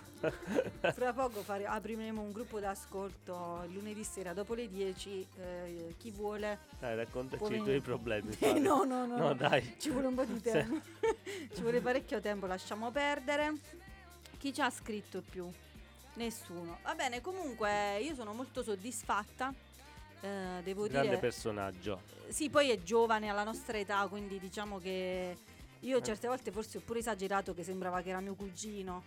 fra poco apriremo un gruppo d'ascolto il lunedì sera dopo le 10. Chi vuole Dai, raccontaci può i venire. tuoi problemi. No, No, dai. ci vuole un po' di tempo. Ci vuole parecchio tempo, lasciamo perdere. Chi ci ha scritto più? Nessuno. Va bene, comunque io sono molto soddisfatta. Devo Grande dire, personaggio. sì, poi è giovane alla nostra età, quindi diciamo che io certe volte forse ho pure esagerato, che sembrava che era mio cugino.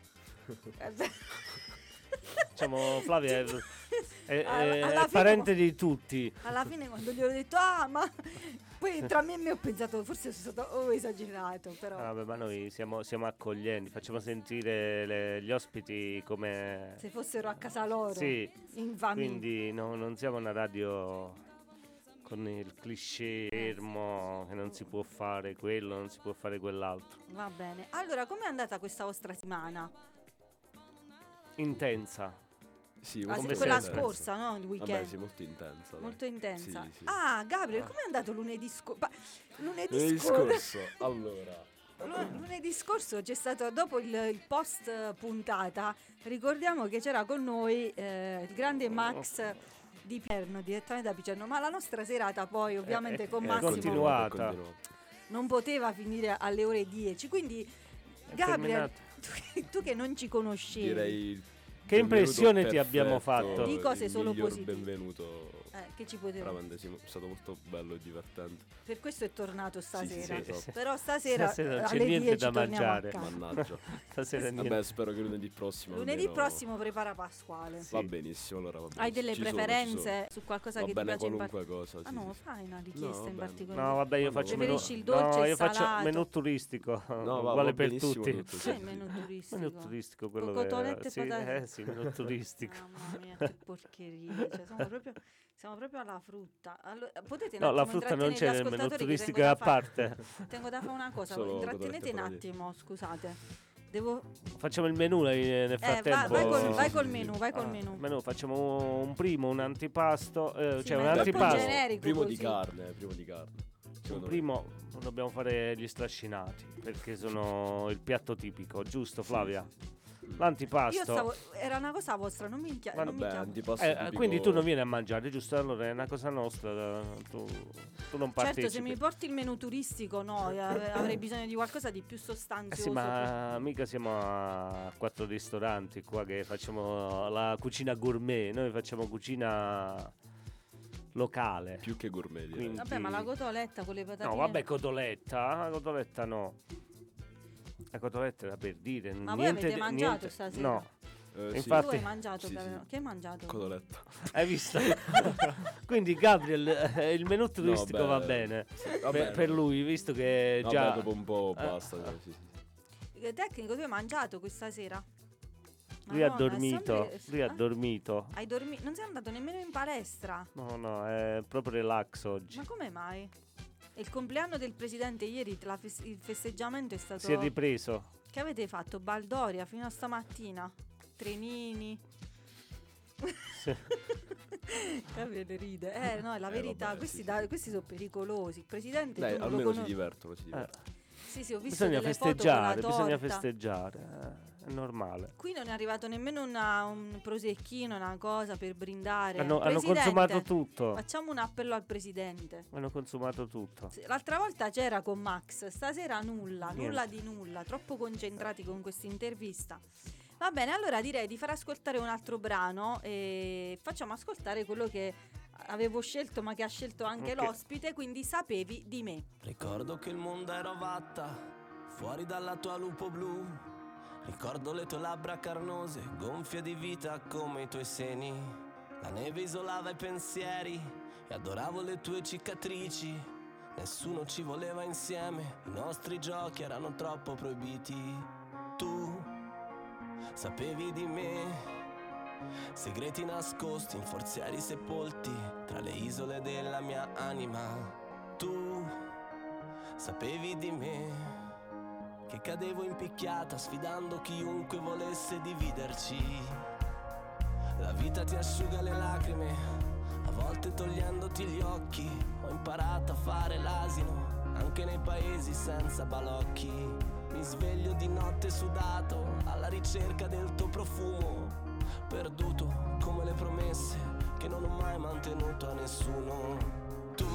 Diciamo, Flavia Alla è fine- parente di tutti. Alla fine quando gli ho detto ma poi tra me e me ho pensato forse sono stato esagerato, però Vabbè, ma noi siamo accoglienti, facciamo sentire gli ospiti come... se fossero a casa loro, Sì, in famiglia. quindi non siamo una radio con il cliché fermo che non si può fare quello, non si può fare quell'altro. Va bene. Allora, com'è andata questa vostra settimana? Intensa. Sì, Ah, molto sì, quella intensa. scorsa, no? Il weekend. Vabbè, sì, molto intensa. dai. Molto intensa. Sì, sì. Ah, Gabriel, com'è andato lunedì scorso? Lunedì Lunedì scorso. scorso, allora. Lunedì scorso c'è stato, dopo il post puntata, ricordiamo che c'era con noi il grande Max di Picerno, direttamente da Picerno, ma la nostra serata poi ovviamente con Massimo continuata. non poteva finire alle ore 10, quindi Gabriel, tu che non ci conoscevi, Direi Che impressione ti benvenuto abbiamo perfetto, fatto? Di cose il solo miglior positive. benvenuto. che ci poteva, Veramente sì, è stato molto bello e divertente. per questo è tornato stasera, sì, sì. però stasera, Stasera non c'è alle niente 10 da torniamo mangiare. a casa. Mannaggia. Stasera niente. Vabbè, spero che lunedì prossimo. Lunedì almeno- prossimo prepara Pasquale. Va benissimo, allora va bene. Hai delle Ci sono, preferenze su qualcosa Va che ti bene piace in qualunque particolare? cosa. Ah sì, no, sì. fai una richiesta No, in vabbè. particolare? No, vabbè, io Quando faccio vuoi. menù. Preferisci il dolce, No, il io faccio salato? menù turistico. No, va uguale per benissimo tutti. tutto, sì, C'è il sì. menù turistico? Menù turistico, quello Cotonette e sì, patate? sì, menù turistico. Mamma mia, che porcheria. Cioè, siamo proprio alla frutta. Allora, potete un No, la attimo frutta non intrattenere c'è gli nel menù ascoltatori che turistico, tengo è da a fare- parte. Tengo da fare una cosa, Solo intrattenete cotolette un e patate. attimo, scusate. Facciamo il menù nel frattempo. Vai col menù. Menù, facciamo un primo, un antipasto, Sì, cioè un ma è troppo antipasto. generico Primo così. di carne. Un primo dobbiamo fare gli strascinati perché sono il piatto tipico, giusto Flavia? L'antipasto. Era una cosa vostra, non mi chiamo. Vabbè, antipasto tipico. Quindi tu non vieni a mangiare, giusto? Allora è una cosa nostra, tu non partecipi. Certo, se mi porti il menù turistico no, avrei bisogno di qualcosa di più sostanzioso. Sì, ma mica siamo a 4 ristoranti qua che facciamo la cucina gourmet, noi facciamo cucina locale. Più che gourmet, direi. Quindi- Vabbè, ma la cotoletta con le patatine. No, vabbè, cotoletta no. La cotoletta era per dire. Ma voi avete mangiato stasera? No. Sì. Infatti- Tu hai mangiato, Sì, però. sì. Che hai mangiato? Cotoletta. Hai visto? Quindi Gabriel, il menù turistico No, va beh, bene vabbè, per lui, visto che Vabbè, già dopo un po' basta. Sì. Tecnico, tu hai mangiato questa sera? lui ha Madonna, è dormito. sempre- Lui ha eh? dormito. Hai dormito? Non sei andato nemmeno in palestra? No, è proprio relax oggi. Ma come mai? È il compleanno del presidente ieri, il festeggiamento è stato... Si è ripreso. Che avete fatto? Baldoria fino a stamattina? Trenini? Capite, ride. No, è la verità. vabbè, questi, sì. questi sono pericolosi. Il presidente Dai, tu non lo almeno si conosci. divertono. Sì, ho visto Bisogna delle foto con la festeggiare, bisogna torta. festeggiare. È normale. Qui non è arrivato nemmeno un prosecchino, una cosa per brindare. Hanno Presidente, consumato tutto. Facciamo un appello al presidente. Hanno consumato tutto. Sì, l'altra volta c'era con Max, stasera nulla, Niente. nulla di nulla, troppo concentrati con questa intervista. Va bene, allora direi di far ascoltare un altro brano e facciamo ascoltare quello che avevo scelto ma che ha scelto anche Ok. l'ospite, quindi Sapevi di me. Ricordo che il mondo era ovatta, fuori dalla tua lupo blu. Ricordo le tue labbra carnose, gonfie di vita come i tuoi seni. La neve isolava i pensieri e adoravo le tue cicatrici. Nessuno ci voleva insieme, i nostri giochi erano troppo proibiti. Tu sapevi di me, segreti nascosti in forzieri sepolti tra le isole della mia anima. Tu sapevi di me, che cadevo in picchiata sfidando chiunque volesse dividerci. La vita ti asciuga le lacrime, a volte togliendoti gli occhi. Ho imparato a fare l'asino, anche nei paesi senza balocchi. Mi sveglio di notte sudato, alla ricerca del tuo profumo. Perduto come le promesse che non ho mai mantenuto a nessuno. Tu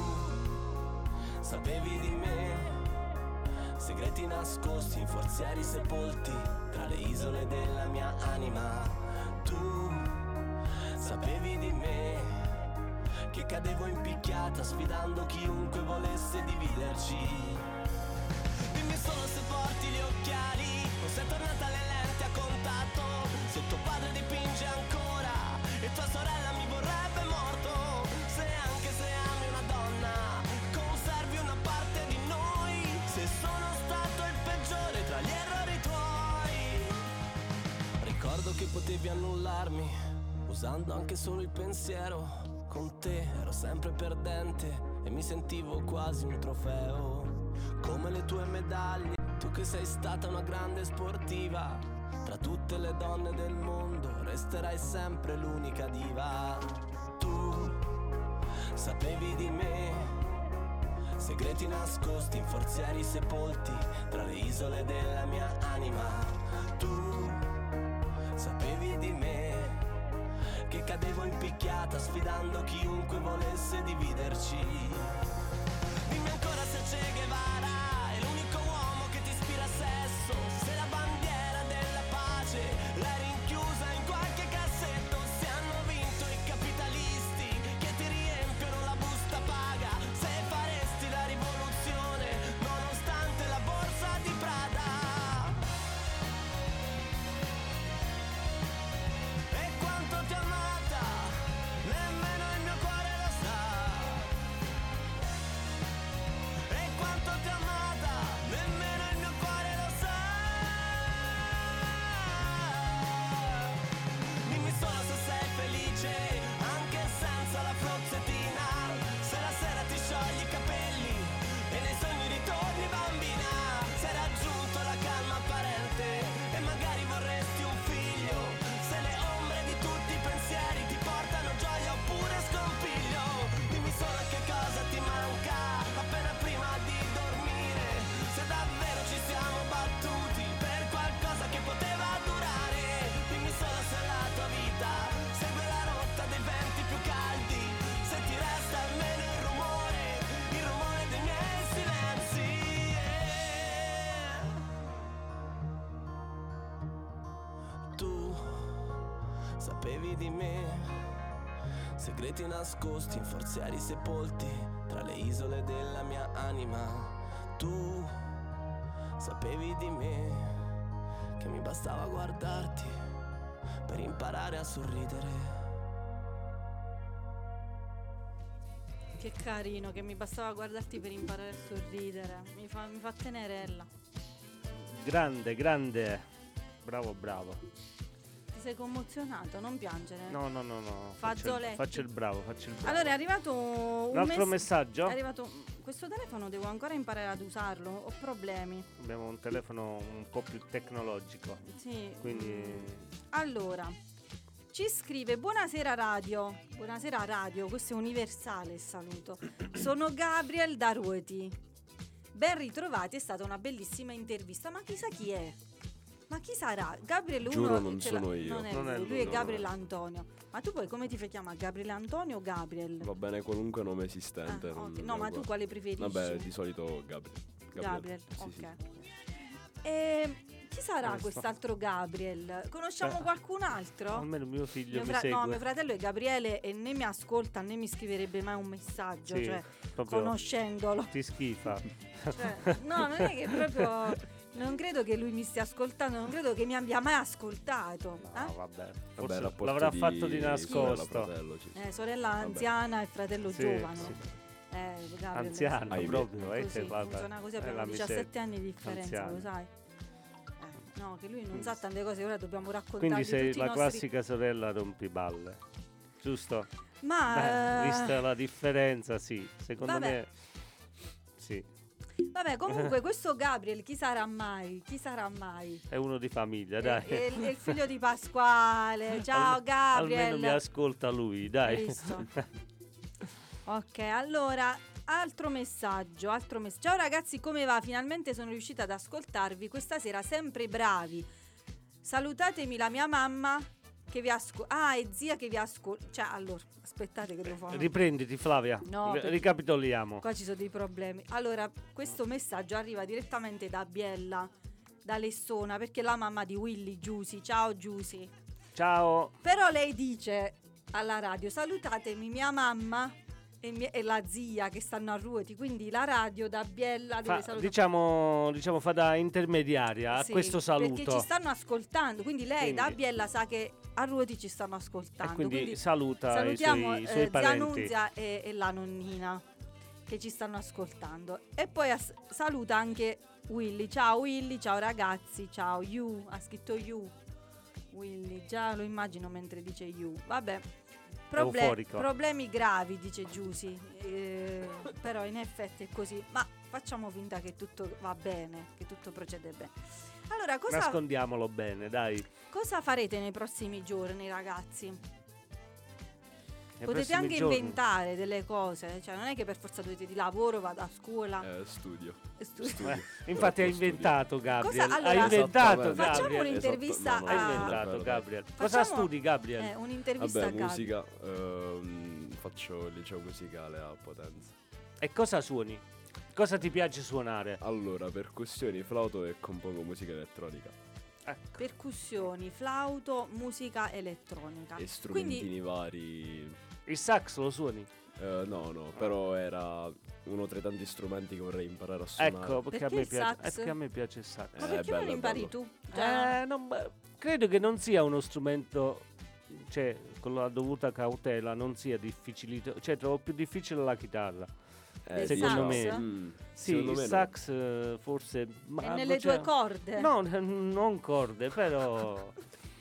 sapevi di me, segreti nascosti in forzieri sepolti tra le isole della mia anima. Tu sapevi di me, che cadevo in picchiata sfidando chiunque volesse dividerci. Dimmi solo se porti gli occhiali o se è tornata le lenti a contatto, se tuo padre dipinge ancora e tua sorella mi vorrebbe morto. Se anche se ami una donna conservi una parte di noi, se sono stato il peggiore tra gli errori tuoi. Ricordo che potevi annullarmi usando anche solo il pensiero. Con te ero sempre perdente e mi sentivo quasi un trofeo. Come le tue medaglie, tu che sei stata una grande sportiva, tra tutte le donne del mondo resterai sempre l'unica diva. Tu sapevi di me, segreti nascosti in forzieri sepolti tra le isole della mia anima. Tu sapevi di me, che cadevo in picchiata sfidando chiunque volesse dividerci. Dimmi ancora se Che Guevara è l'unico uomo che ti ispira sesso, se la bandiera della pace l'hai rinchiusa in qualche cassetto, se hanno vinto i capitalisti che ti riempiono la busta paga, se faresti la rivoluzione nonostante la borsa di Prada. E quanto ti ho amata, nemmeno il mio cuore lo sa. di me, segreti nascosti in forzieri sepolti tra le isole della mia anima. Tu sapevi di me che mi bastava guardarti per imparare a sorridere. Che carino, che mi bastava guardarti per imparare a sorridere. Mi fa tenerella. Grande, grande. Bravo, bravo. Ti sei commozzionato? Non piangere. No. Fazzoletti. Faccio il bravo. Allora è arrivato un altro messaggio? È arrivato. Questo telefono devo ancora imparare ad usarlo. Ho problemi. Abbiamo un telefono un po' più tecnologico. Sì. Quindi Allora. Ci scrive: buonasera radio. Buonasera radio, questo è universale il saluto. Sono Gabriel da Ruoti. Ben ritrovati, è stata una bellissima intervista. Ma chissà chi è? Ma chi sarà? Gabriel uno. Giuro, non sono io. Non è Non è lui, lui, è no, Gabriel no. Antonio. Ma tu poi come ti fai chiamare? Gabriele Antonio o Gabriel? Va bene qualunque nome esistente. Ah, non ok. mi No, ma tu guarda. quale preferisci? Vabbè, di solito Gabriel. Gabriel, Sì, ok. sì. Chi sarà Questo. quest'altro Gabriel? Conosciamo qualcun altro? almeno mio figlio mi No, segue. mio fratello è Gabriele e né mi ascolta né mi scriverebbe mai un messaggio, Sì, cioè proprio conoscendolo. ti schifa. Cioè, no, non è che proprio non credo che lui mi stia ascoltando, non credo che mi abbia mai ascoltato. No, vabbè. Vabbè, Forse rapporto l'avrà fatto di sorella, nascosto. fratello, sì. Sorella anziana e fratello Sì, giovane. sì. Gabriel, Anziano Ahimè. proprio, Così, vabbè. funziona così, È abbiamo la 17 miseria. anni di differenza, Anziano. lo sai? No, che lui non sa tante cose, ora dobbiamo raccontargli Quindi sei tutti i la nostri... classica sorella rompiballe, giusto? Ma Vista la differenza, sì. Secondo vabbè. me, sì. Vabbè, comunque questo Gabriel chi sarà mai? Chi sarà mai? È uno di famiglia, dai. È il figlio di Pasquale. Ciao Gabriel. Almeno mi ascolta lui, Hai dai. visto? Ok, allora altro messaggio. Ciao ragazzi, come va? Finalmente sono riuscita ad ascoltarvi questa sera, sempre bravi. Salutatemi la mia mamma che vi ascolta. Ah, e zia che vi ascolta. Cioè, allora, aspettate che devo fare. Riprenditi, Flavia. No, perché- Ricapitoliamo. Qua ci sono dei problemi. Allora, questo messaggio arriva direttamente da Biella, da Lessona, perché è la mamma di Willy Giusy. Ciao Giusy. Ciao. Però lei dice alla radio: salutatemi mia mamma e la zia che stanno a Ruoti. Quindi la radio da Biella deve salutare. Diciamo fa da intermediaria a Sì, questo saluto. perché ci stanno ascoltando. Quindi lei da Quindi- Biella sa che a Ruoti ci stanno ascoltando. E quindi saluta salutiamo i suoi zia parenti. Nunzia e la nonnina che ci stanno ascoltando. E poi saluta anche Willy. Ciao Willy, ciao ragazzi, ciao You. Ha scritto You. Willy, già lo immagino mentre dice You. Vabbè. Euforico. Problemi gravi, dice Giusy. Però in effetti è così. Ma facciamo finta che tutto va bene, che tutto procede bene. Allora, Nascondiamolo bene, dai. cosa farete nei prossimi giorni, ragazzi? Nei Potete prossimi anche giorni. inventare delle cose, cioè non è che per forza dovete di lavoro, vado a scuola. Studio. Studio. Infatti ha Troppo inventato Gabriel. Cosa- allora, ha inventato Esattamente. Facciamo Gabriel. un'intervista Esatto, no, Ha no, a... inventato vero, Gabriel. Cosa Facciamo- studi Gabriel? un'intervista Vabbè, a Gabriel. musica. Faccio il liceo musicale a Potenza. E cosa suoni? Cosa ti piace suonare? Allora, percussioni, flauto e compongo musica elettronica. Ecco. Percussioni, flauto, musica elettronica. E strumentini Quindi vari. Il sax lo suoni? No, però era uno tra i tanti strumenti che vorrei imparare a suonare. Ecco, perché, Perché a me il piace, sax? perché a me piace il sax. ma perché non bello, lo impari bello. tu? Cioè, Credo che non sia uno strumento, cioè, con la dovuta cautela, non sia difficile. Cioè, trovo più difficile la chitarra. Secondo me. Sì, secondo il me no. sax forse. Ma è nelle cioè, tue corde. No, non corde, però.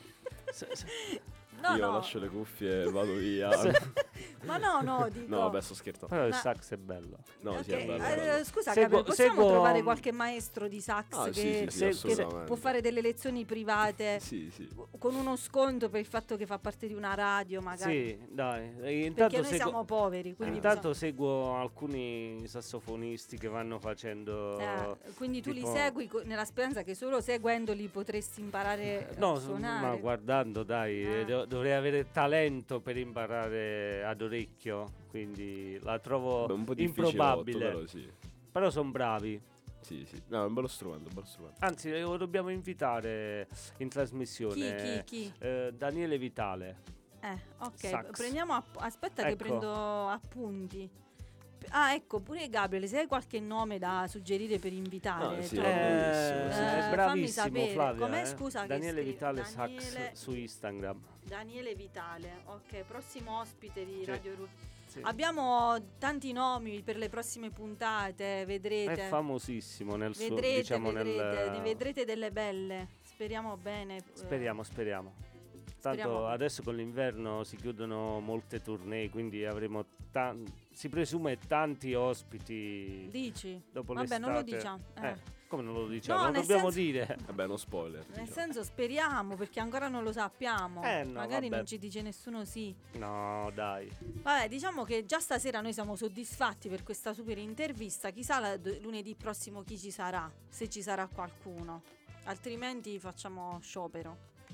No, Io no. lascio le cuffie e vado via. Ma no, dico. No, vabbè, sto scherzando. Però il Ma- sax è bello. No, Ok, sì, è bello. è bello. scusa, Seguo- Gabriel, possiamo seguo- trovare qualche maestro di sax Ah, che, sì, se- assolutamente. può fare delle lezioni private Sì, sì. con uno sconto per il fatto che fa parte di una radio, magari? Sì, dai. E Perché intanto noi seguo- siamo poveri, quindi Intanto seguo alcuni sassofonisti che vanno facendo. quindi tu li tipo- segui nella speranza che solo seguendoli potresti imparare No, a suonare. ma guardando, dai, dovrei avere talento per imparare ad orecchio, quindi la trovo Beh, un po' improbabile. però sì. Però sono bravi. Sì, sì. No, è un bello strumento, un bello strumento. Anzi, lo dobbiamo invitare in trasmissione. Chi? Daniele Vitale. Ok, Sax. prendiamo aspetta che Ecco. prendo appunti. Ah, ecco, pure Gabriele, se hai qualche nome da suggerire per invitare, sì, tu- va benissimo, sì. È fammi bravissimo sapere. Flavia. Com'è, scusa, che Daniele scrivi? Vitale Daniele- Sax su Instagram. Daniele Vitale, ok, prossimo ospite di Sì. Radio Ruti. Sì. Abbiamo tanti nomi per le prossime puntate, vedrete. È famosissimo nel suo, Vedrete, diciamo vedrete, ne nel... vedrete delle belle. Speriamo bene. Speriamo. Speriamo Tanto bene. adesso con l'inverno si chiudono molte tournée, quindi avremo si presume tanti ospiti Dici? dopo Vabbè, l'estate. non lo diciamo. Come non lo diciamo? No, Lo nel dobbiamo senso- dire. Vabbè, non spoiler. Nel diciamo. senso speriamo, perché ancora non lo sappiamo. No, Magari vabbè. non ci dice nessuno sì. No, dai. Vabbè, diciamo che già stasera noi siamo soddisfatti per questa super intervista. Chissà lunedì prossimo chi ci sarà, se ci sarà qualcuno. Altrimenti facciamo sciopero.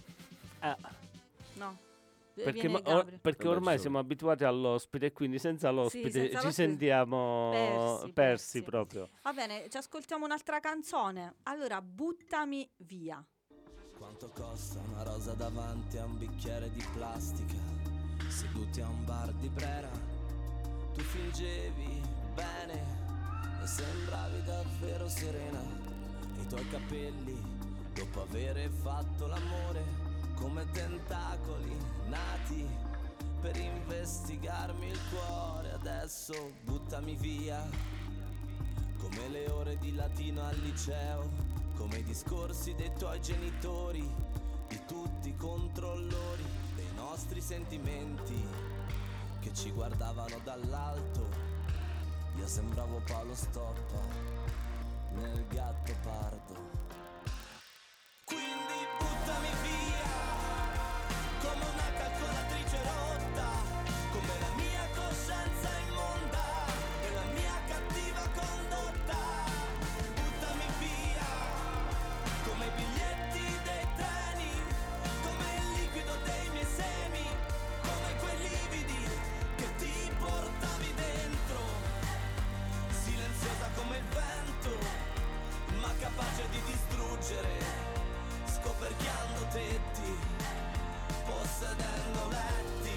No? Perché, Viene Gabriele. perché Vabbè, ormai ci siamo abituati all'ospite, e quindi senza l'ospite senza ci l'ospite sentiamo persi. persi proprio. Va bene, ci ascoltiamo un'altra canzone. Allora, buttami via. Quanto costa una rosa davanti a un bicchiere di plastica? Seduti a un bar di Brera, tu fingevi bene e sembravi davvero serena. E i tuoi capelli, dopo avere fatto l'amore, come tentacoli nati per investigarmi il cuore. Adesso buttami via, come le ore di latino al liceo, come i discorsi dei tuoi genitori, di tutti i controllori dei nostri sentimenti che ci guardavano dall'alto. Io sembravo Paolo Stoppa nel Gatto Pardo. Quindi buttami via, come una calcolatrice rotta, come la mia coscienza immonda e la mia cattiva condotta. Buttami via, come i biglietti dei treni, come il liquido dei miei semi, come quei lividi che ti portavi dentro, silenziosa come il vento, ma capace di distruggere, scoperchiando tetti, possedendo letti.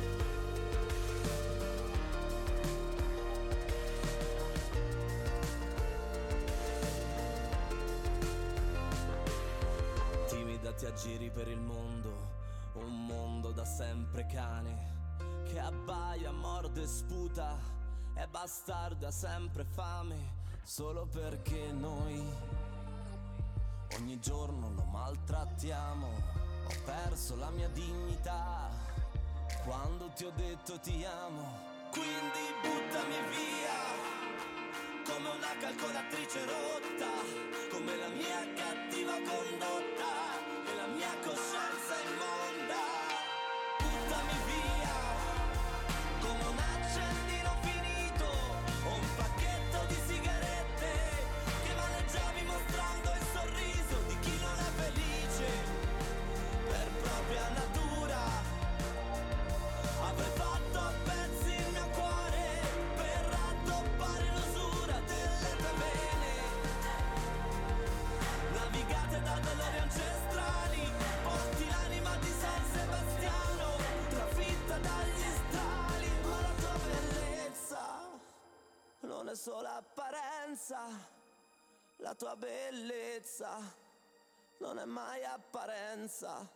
Timida ti aggiri per il mondo, un mondo da sempre cane, che abbaia, morde e sputa, è bastardo, ha sempre fame, solo perché noi ogni giorno lo maltrattiamo. Ho perso la mia dignità quando ti ho detto ti amo. Quindi buttami via, come una calcolatrice rotta, come la mia cattiva condotta e la mia coscienza immonda. Buttami via, come un accendino finito o un pacchetto di sigarette che maneggiavi mostrando il sorriso di chi non è felice per propria natura. Avrei fatto a pezzi il mio cuore per raddoppiare l'usura delle tue vene, navigate da dolori ancestrali, porti l'anima di San Sebastiano, trafitta dagli stali, ma la tua bellezza non è solo apparenza, la tua bellezza non è mai apparenza.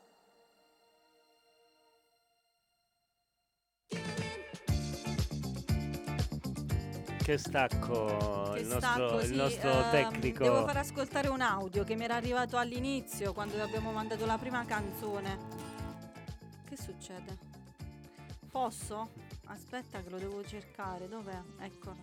Che stacco, Che il stacco, nostro, sì, il nostro tecnico. Devo far ascoltare un audio che mi era arrivato all'inizio quando abbiamo mandato la prima canzone. Che succede? Posso? Aspetta che lo devo cercare. Dov'è? Eccolo.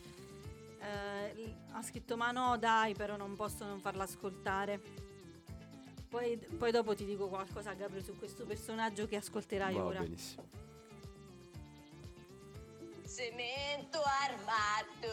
Ha scritto ma no dai, però non posso non farla ascoltare. Poi dopo ti dico qualcosa, Gabriele, su questo personaggio che ascolterai Va ora. benissimo. Cemento armato.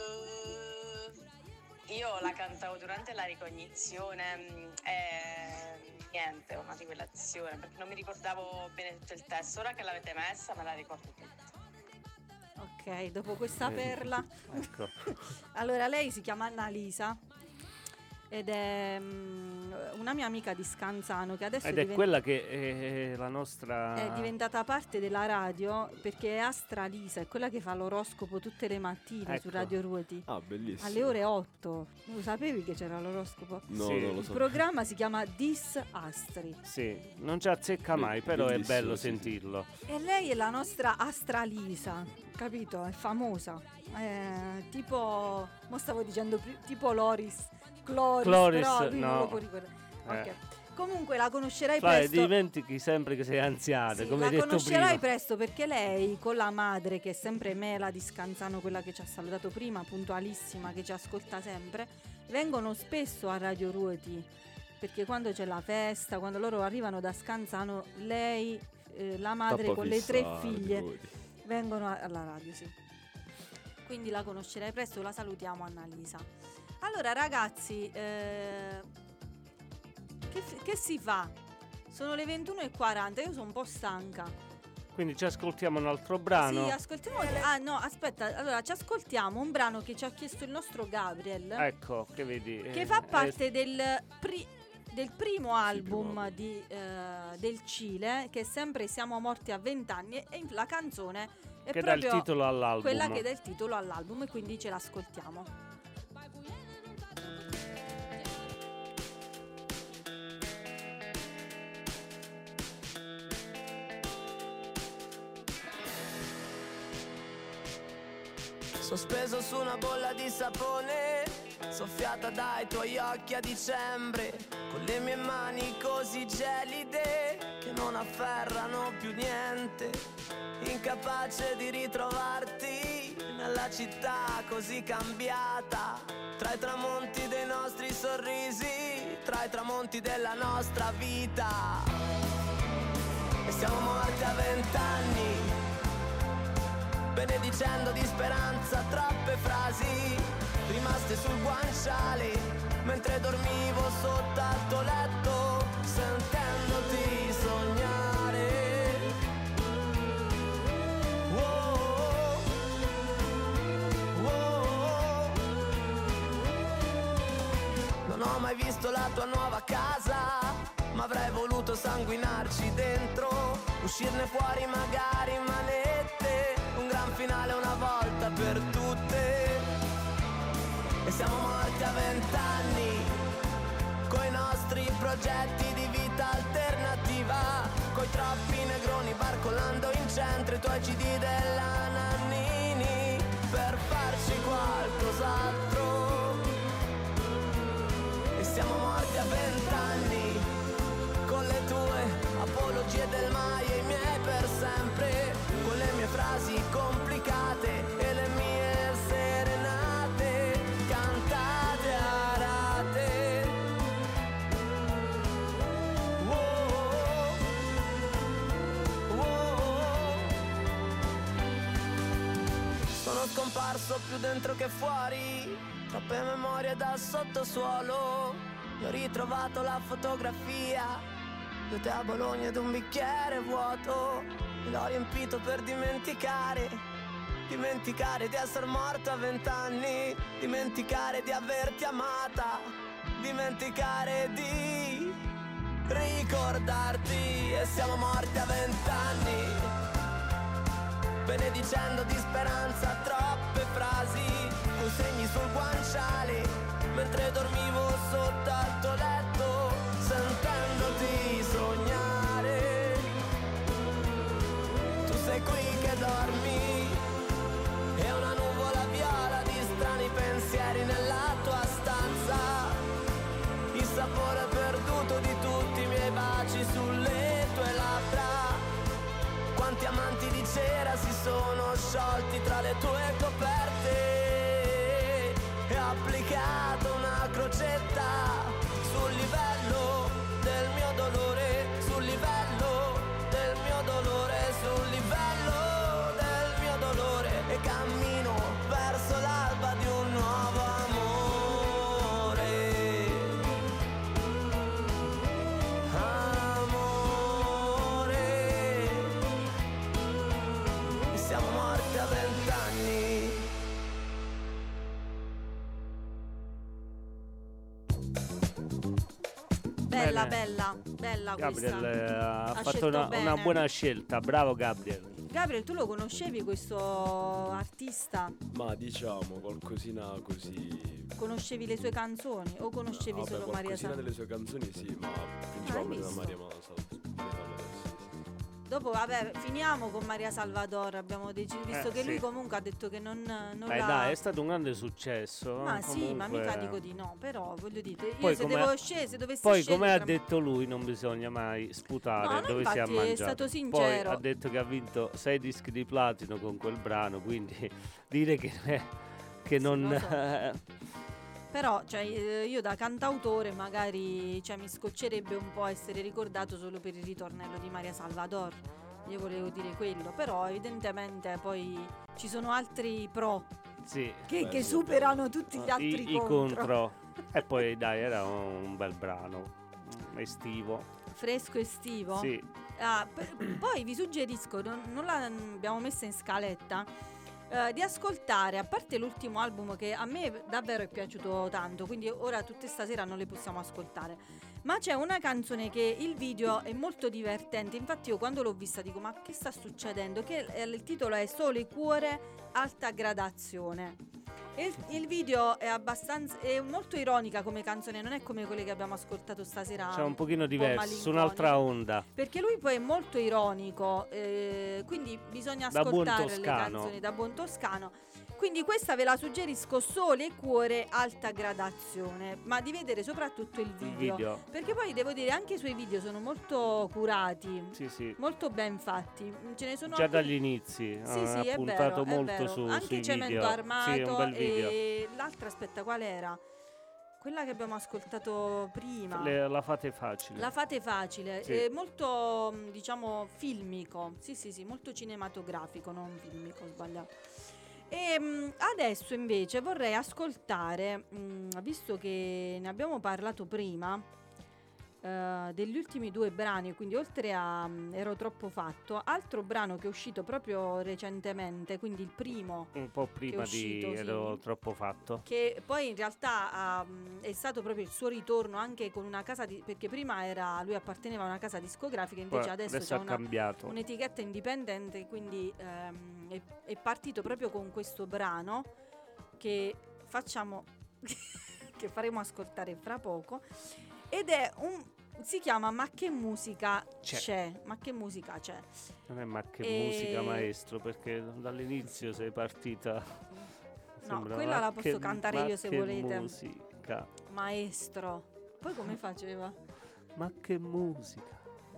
Io la cantavo durante la ricognizione e niente, una rivelazione, perché non mi ricordavo bene tutto il testo. Ora che l'avete messa me la ricordo tutta. Ok, dopo questa perla. Ecco. Allora, lei si chiama Annalisa. ed è una mia amica di Scanzano che adesso è quella che è la nostra... È diventata parte della radio perché è Astralisa, è quella che fa l'oroscopo tutte le mattine su Radio Ruoti. Ah, bellissimo. Alle ore 8. Lo sapevi che c'era l'oroscopo? No, Sì. non lo Il so. programma si chiama Dis Astri. Sì, non ci azzecca mai, però è Bellissimo, bello sì. sentirlo. E lei è la nostra Astralisa, capito? È famosa. Tipo, mo stavo dicendo tipo Cloris, Cloris, però lui non no. lo può ricordare. Ok. Comunque la conoscerai Fai, presto. dimentichi sempre che sei anziana, Sì, come la hai detto conoscerai prima. presto perché lei con la madre, che è sempre Mela di Scanzano, quella che ci ha salutato prima, puntualissima, che ci ascolta sempre, vengono spesso a Radio Ruoti perché quando c'è la festa, quando loro arrivano da Scanzano, lei, la madre Tappa con le 3 fissa, figlie Ruoti. vengono alla radio, sì. Quindi la conoscerai presto, la salutiamo Annalisa. Allora ragazzi, che si fa? Sono le 21:40, io sono un po' stanca. Quindi ci ascoltiamo un altro brano. Sì, ascoltiamo. Ah no, aspetta, allora ci ascoltiamo un brano che ci ha chiesto il nostro Gabriel. Ecco, che vedi. Che fa parte del primo album del Cile, che è sempre Siamo morti a 20 anni, e la canzone è che dà il proprio titolo all'album. quella che dà il titolo all'album, e quindi ce l'ascoltiamo. Sospeso su una bolla di sapone, soffiata dai tuoi occhi a dicembre, con le mie mani così gelide che non afferrano più niente, incapace di ritrovarti nella città così cambiata, tra i tramonti dei nostri sorrisi, tra i tramonti della nostra vita. E siamo morti a 20 anni, benedicendo di speranza troppe frasi rimaste sul guanciale, mentre dormivo sotto al tuo letto, sentendoti sognare. Oh, oh, oh. Non ho mai visto la tua nuova casa, ma avrei voluto sanguinarci dentro, uscirne fuori magari in manette, un gran finale una volta per tutte. E siamo morti a 20 anni, coi nostri progetti di vita alternativa, coi troppi negroni barcolando in centro, i tuoi CD della Nannini, per farci qualcos'altro. E siamo morti a 20 anni, con le tue apologie del mai e i miei per sempre, con le mie frasi complicate e le mie serenate cantate a rate. Oh, oh, oh. Sono scomparso più dentro che fuori, troppe memorie dal sottosuolo, e ho ritrovato la fotografia di te a Bologna ed un bicchiere vuoto, e l'ho riempito per dimenticare di essere morto a 20 anni, dimenticare di averti amata, dimenticare di ricordarti. E siamo morti a 20 anni, benedicendo di speranza troppe frasi, con segni sul guanciale, mentre dormivo sotto al tuo letto, sentendoti sognare. Tu sei qui che dormi, e una nuvola viola di strani pensieri nella tua stanza, il sapore perduto di tutti i miei baci sulle tue labbra. Quanti amanti di cera si sono sciolti tra le tue coperte, e ho applicato una crocetta sul livello del mio dolore, sul livello del mio dolore, sul livello del mio dolore, e cammino verso l'alba di un nuovo amore. Amore. E siamo morti a 20 anni. Bella, Bene. bella Gabriel questa. ha fatto scelto una bene. buona scelta, bravo Gabriel. Gabriel, tu lo conoscevi questo artista? Ma diciamo qualcosina così. Conoscevi le sue canzoni o conoscevi Vabbè, solo Maria qualcosina Salvador? delle sue canzoni sì, ma principalmente da visto? Maria Salvador. Dopo, vabbè, finiamo con Maria Salvador. Abbiamo deciso, visto che sì. lui comunque ha detto che non Beh, l'ha. dai, è stato un grande successo. Ma sì, ma comunque. mica dico di no. Però voglio dire, io Poi se come- devo scegliere, se dovessi Poi, scegliere come ha tra- detto lui, non bisogna mai sputare No, no, dove si è infatti è mangiato. stato Poi sincero. ha detto che ha vinto 6 dischi di platino con quel brano, quindi dire che non... lo so. Però, cioè, io da cantautore magari, cioè, mi scoccerebbe un po' essere ricordato solo per il ritornello di Maria Salvador. Io volevo dire quello, però evidentemente poi ci sono altri pro sì, che superano tutti gli altri i contro. contro. E poi dai, era un bel brano estivo. Fresco estivo. Sì. Poi vi suggerisco, non l'abbiamo messa in scaletta, di ascoltare, a parte l'ultimo album che a me davvero è piaciuto tanto, quindi ora tutte stasera non le possiamo ascoltare, ma c'è una canzone che il video è molto divertente. Infatti io quando l'ho vista dico, ma che sta succedendo? Che il titolo è Sole Cuore Alta Gradazione. E il video è molto ironica come canzone, non è come quelle che abbiamo ascoltato stasera. C'è un pochino po' diverso, su malinconiche. un'altra onda. Perché lui poi è molto ironico, quindi bisogna Da buon ascoltare le toscano. canzoni da buon toscano. Quindi questa ve la suggerisco, Sole e Cuore Alta Gradazione, ma di vedere soprattutto il video. Perché poi devo dire anche i suoi video sono molto curati, Sì, sì. molto ben fatti. Ce ne sono Già alcuni- dagli inizi Sì, ha sì, è puntato vero, molto è vero. sui Anche Cemento video. Armato Sì, è un bel video. e l'altra, aspetta, qual era? Quella che abbiamo ascoltato prima. La fate facile. La fate facile, Sì. è molto diciamo filmico, sì, molto cinematografico, non filmico, ho sbagliato. E adesso invece vorrei ascoltare, visto che ne abbiamo parlato prima, degli ultimi 2 brani, quindi oltre a Ero troppo fatto, altro brano che è uscito proprio recentemente, quindi il primo, Un po' prima uscito, di sì. Ero troppo fatto. che poi in realtà è stato proprio il suo ritorno anche con una casa perché prima lui apparteneva a una casa discografica, invece Poi adesso c'è ha cambiato. un'etichetta indipendente, quindi è partito proprio con questo brano che facciamo che faremo ascoltare fra poco, ed è si chiama Ma che musica c'è. Ma che musica c'è. Non è ma che E- musica, maestro, perché dall'inizio sei partita. Sembra, quella ma la posso che- cantare ma io se che volete. musica. Maestro. Poi come faceva? Ma che musica.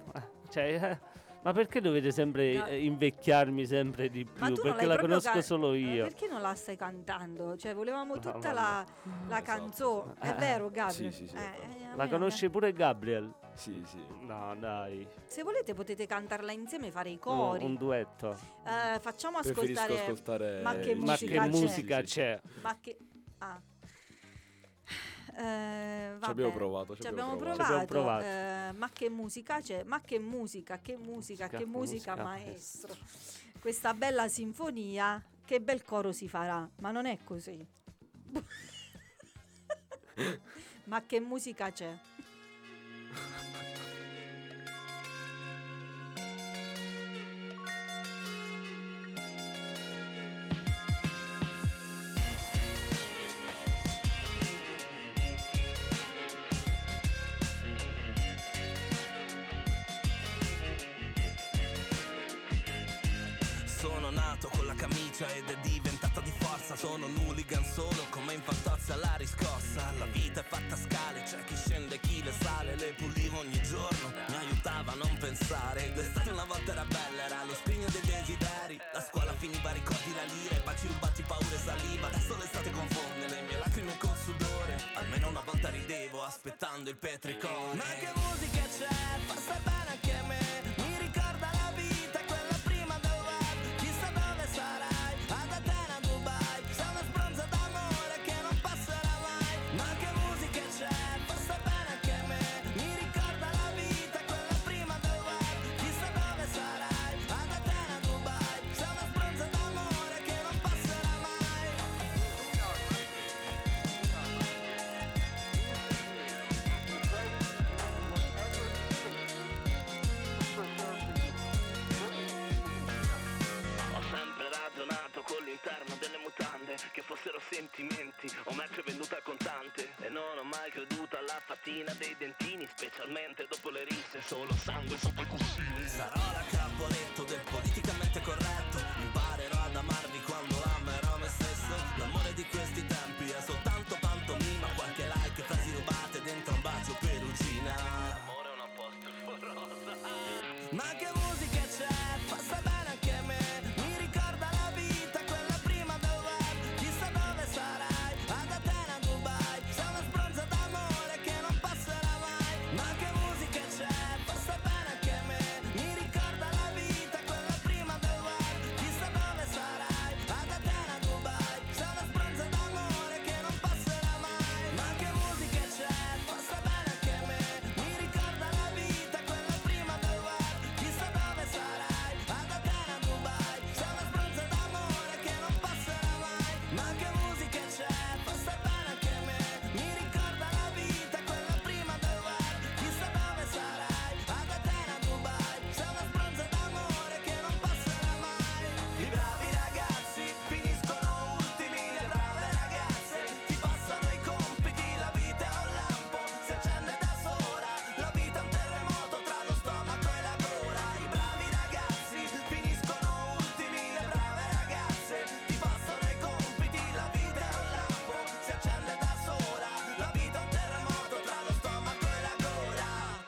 Ma perché dovete sempre No. Invecchiarmi sempre di Ma più? tu non Perché l'hai la proprio conosco solo io. Perché non la stai cantando? Cioè, volevamo No, tutta vabbè. la canzone. È vero, Gabriel? Sì, sì, a La me- conosci pure Gabriel? Sì, sì. No, dai. Se volete potete cantarla insieme e fare i Un cori. duetto. Facciamo Preferisco ascoltare. ascoltare Ma che Ma che musica c'è? musica Sì, sì. c'è? Ma che. Ah. Ci Vabbè. abbiamo provato. Ci abbiamo Ci abbiamo provato. Ma che musica c'è? Ma che musica, che musica, che musica, musica. maestro. Questa bella sinfonia, che bel coro si farà, ma non è così. Ma che musica c'è? Sono nato con la camicia ed è diventata di forza. Sono un hooligan solo come in Fantozzi alla riscossa. La vita è fatta a scale, c'è chi scende, chi le sale. Le pulivo ogni giorno, mi aiutava a non pensare. L'estate una volta era bella, era lo scrigno dei desideri. La scuola finiva, ricordi la lira, i baci rubati, paure, saliva. Adesso l'estate confonde le mie lacrime col sudore. Almeno una volta ridevo aspettando il petricone. Ma che musica c'è? Forse è bene anche a me. Mi ricorda la vita, quella prima del web. Chissà dove sarai, ad Atena, Dubai. Sei una spronza d'amore che non passerà mai. Ma che musica c'è? Forse è bene anche a me. Mi ricorda la vita, quella prima del web. Chissà dove sarai, ad Atena, Dubai. Sei una spronza d'amore che non passerà mai. fossero sentimenti, o meglio venduta al contante. E non ho mai creduto alla fatina dei dentini, specialmente dopo le risse, solo sangue sotto i cuscini. Sarò la caporetto del politicamente corretto, imparerò ad amarvi quando amerò me stesso. L'amore di questi tempi è soltanto pantomima, qualche like, frasi rubate dentro un bacio perugina. L'amore è un apostrofo rosa. Ma che musica c'è? Passa bene anche a me. Mi ricorda la vita, quella prima del web. Chissà dove sarai, ad Atena, Dubai. Sei una spronza d'amore che non passerà mai. Ma che musica c'è? Passa bene anche a me. Mi ricorda la vita, quella prima del web. Chissà dove sarai, ad Atena, Dubai. Sei una spronza d'amore che non passerà mai. Ma che musica c'è? Passa bene anche a me. Mi ricorda la vita, quella prima del web. Chissà dove sarai, ad Atena, Dubai. Sei una spronza d'amore che non passerà mai. Ma che musica c'è? Passa bene anche a me. Mi ricorda la vita, quella prima del web. Chissà dove sarai, ad Atena, Dubai. Sei una spronza d'amore che non passerà mai. I bravi ragazzi finiscono ultimi, le brave ragazze ti passano i compiti. La vita è un lampo, si accende da sola. La vita è un terremoto tra lo stomaco e la gola. I bravi ragazzi finiscono ultimi, le brave ragazze ti passano i compiti. La vita è un lampo, si accende da sola. La vita è un terremoto tra lo stomaco e la gola.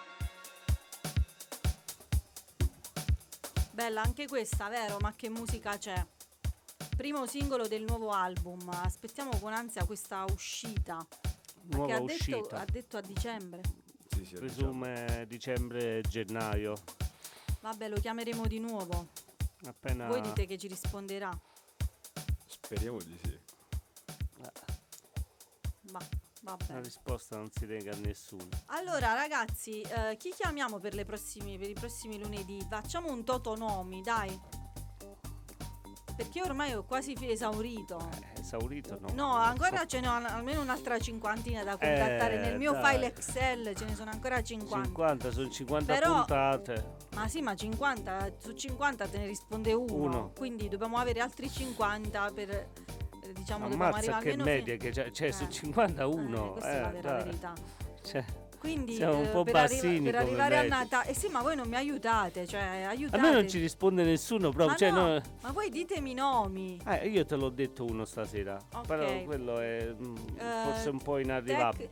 Bella anche questa, vero? Ma che musica c'è? Primo singolo del nuovo album. Aspettiamo con ansia questa uscita. Nuova Che uscita. ha detto a dicembre. Sì, sì, Presume dicembre, gennaio. Vabbè, lo chiameremo di nuovo. Appena Voi dite che ci risponderà. Speriamo di sì. Va la bene. risposta non si nega a nessuno. Allora ragazzi, chi chiamiamo per i prossimi lunedì? Facciamo un totonomi, dai. Perché ormai ho quasi esaurito. Esaurito no? No, ancora ce ne ho almeno un'altra cinquantina da contattare. Nel mio dai. file Excel ce ne sono ancora 50. 50, sono 50 Però- puntate. Ma sì, ma 50, su 50 te ne risponde uno. Quindi dobbiamo avere altri 50 per, diciamo, dobbiamo Ammazza arrivare che almeno media che c'è su 51. questa è la vera dai. verità. Cioè, Quindi siamo un po' per, bassini per come arrivare a media. Natale, sì, ma voi non mi aiutate, cioè A aiutate. me non ci risponde nessuno proprio. Ma Cioè, no, no- ma voi ditemi i nomi. io te l'ho detto uno stasera. Ok. Però quello è forse un po' inarrivabile.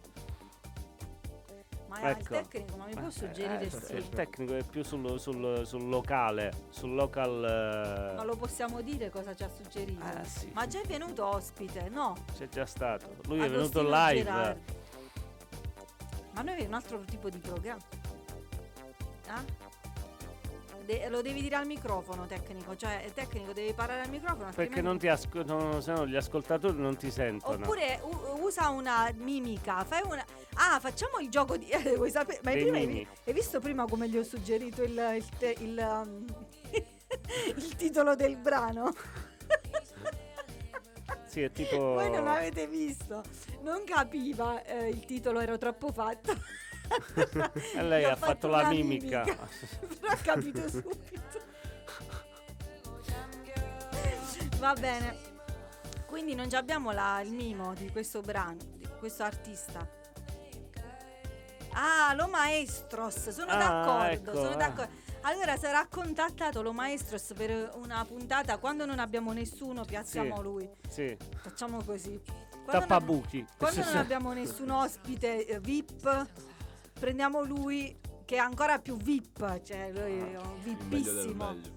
Ma Ecco. il tecnico, ma mi può suggerire sì? Il tecnico è più sul locale. Sul local. Ma lo possiamo dire cosa ci ha suggerito? sì. Ma già è venuto ospite, no? C'è già stato. Lui è Agostino venuto live. Gerardi. Ma noi abbiamo un altro tipo di programma. Ah? Lo devi dire al microfono, tecnico. Cioè, il tecnico devi parlare al microfono. Perché altrimenti- se no gli ascoltatori non ti sentono. Oppure usa una mimica. Fai una. Ah, facciamo il gioco di. Vuoi sapere? Ma Dei prima mimi. hai visto prima come gli ho suggerito il il titolo del brano? Sì, è tipo. Voi non l'avete visto. Non capiva il titolo, era troppo fatto. E lei Gli ho ha fatto una la mimica. Però ha capito subito. Va bene. Quindi non ci abbiamo il mimo di questo brano, di questo artista. Ah, Lo Maestros, sono d'accordo, ecco, sono d'accordo. Allora sarà contattato Lo Maestros per una puntata. Quando non abbiamo nessuno, piazziamo Sì. lui. Sì. Facciamo così. Quando Tappabuchi. quando non abbiamo nessun ospite VIP, prendiamo lui che è ancora più VIP, cioè lui è un Il meglio del VIPissimo. meglio.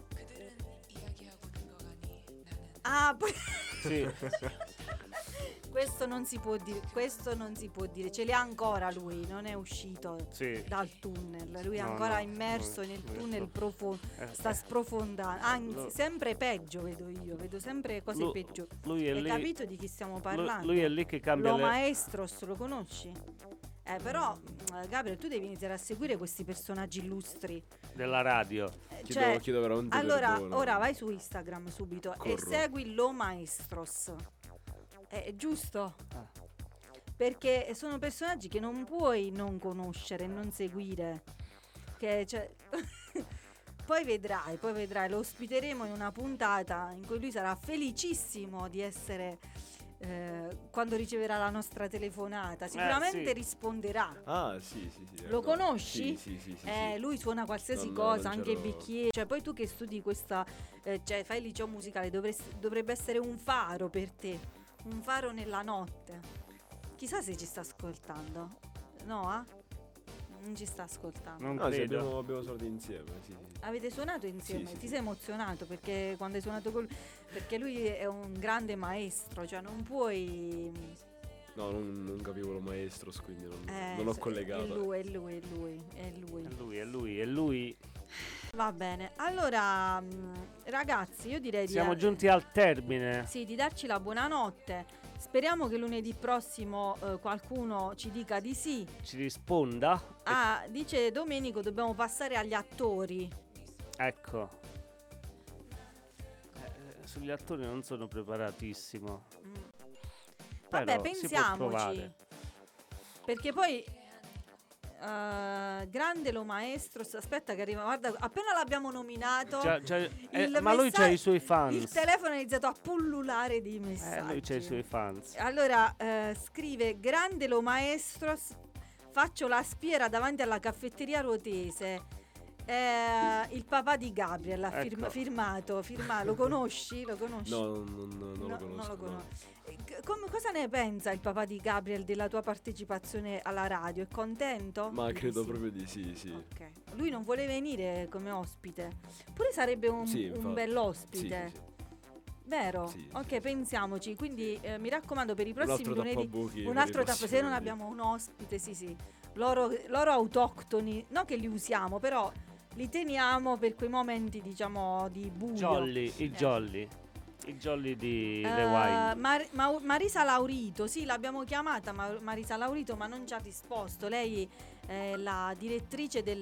Ah, poi Sì. questo non si può dire, ce l'ha ancora lui, non è uscito Sì. dal tunnel, lui è No, ancora no, immerso no, nel no. tunnel profondo, Eh, sta sprofondando, anzi No. sempre peggio vedo sempre cose Lu- peggio. Lui è Hai lì. capito di chi stiamo parlando? Lui è lì che cambia Lo le. Maestros, lo conosci? Però, Gabriele, tu devi iniziare a seguire questi personaggi illustri. Della radio. Chiedo veramente allora, perdono. ora vai su Instagram subito e Corro. segui Lo Maestros. È giusto? Ah. Perché sono personaggi che non puoi non conoscere e non seguire. Che, cioè, poi vedrai, lo ospiteremo in una puntata in cui lui sarà felicissimo di essere quando riceverà la nostra telefonata. Sicuramente sì. risponderà. Ah, sì. Lo conosci? Sì. Lui suona qualsiasi Non cosa, anche i c'ero- bicchieri. Cioè, poi tu che studi questa, cioè fai il liceo musicale, dovrebbe essere un faro per te, un faro nella notte. Chissà se ci sta ascoltando. No? Non ci sta ascoltando. Non No, sì, credo. abbiamo suonato insieme, sì. Avete suonato insieme? Sì. Ti sei emozionato perché quando hai suonato con lui? Perché lui è un grande maestro, cioè non puoi. No, non capivo lo maestro, quindi non ho collegato. È lui. È lui. Va bene. Allora, ragazzi, io direi Siamo giunti al termine. Sì, di darci la buonanotte. Speriamo che lunedì prossimo qualcuno ci dica di sì. Ci risponda. Dice Domenico, dobbiamo passare agli attori. Ecco. Sugli attori non sono preparatissimo. Vabbè, Però si può pensiamoci. provare. Perché poi grande lo maestro, aspetta che arriva, guarda, appena l'abbiamo nominato ma lui c'ha i suoi fans. il telefono ha iniziato a pullulare di messaggi. Lui c'ha i suoi fans. Allora scrive: grande lo maestro, faccio la spiera davanti alla caffetteria ruotese. Il papà di Gabriel ha Ecco. firmato. Lo conosci? No, non lo conosco. Non lo conosco. Cosa ne pensa il papà di Gabriel della tua partecipazione alla radio? È contento? Ma Quindi credo sì. proprio di sì. Ok. Lui non vuole venire come ospite. Pure sarebbe un infatti. bell'ospite. Sì. Vero? Sì. Ok, pensiamoci. Quindi mi raccomando, per i Un prossimi altro lunedì tappabuchi un per altro i tappo. Se prossimi non lunedì. abbiamo un ospite, sì. Loro autoctoni, non che li usiamo, però li teniamo per quei momenti, diciamo, di buio. I jolly di Rewind. Marisa Laurito, sì, l'abbiamo chiamata Marisa Laurito, ma non ci ha risposto. Lei è la direttrice del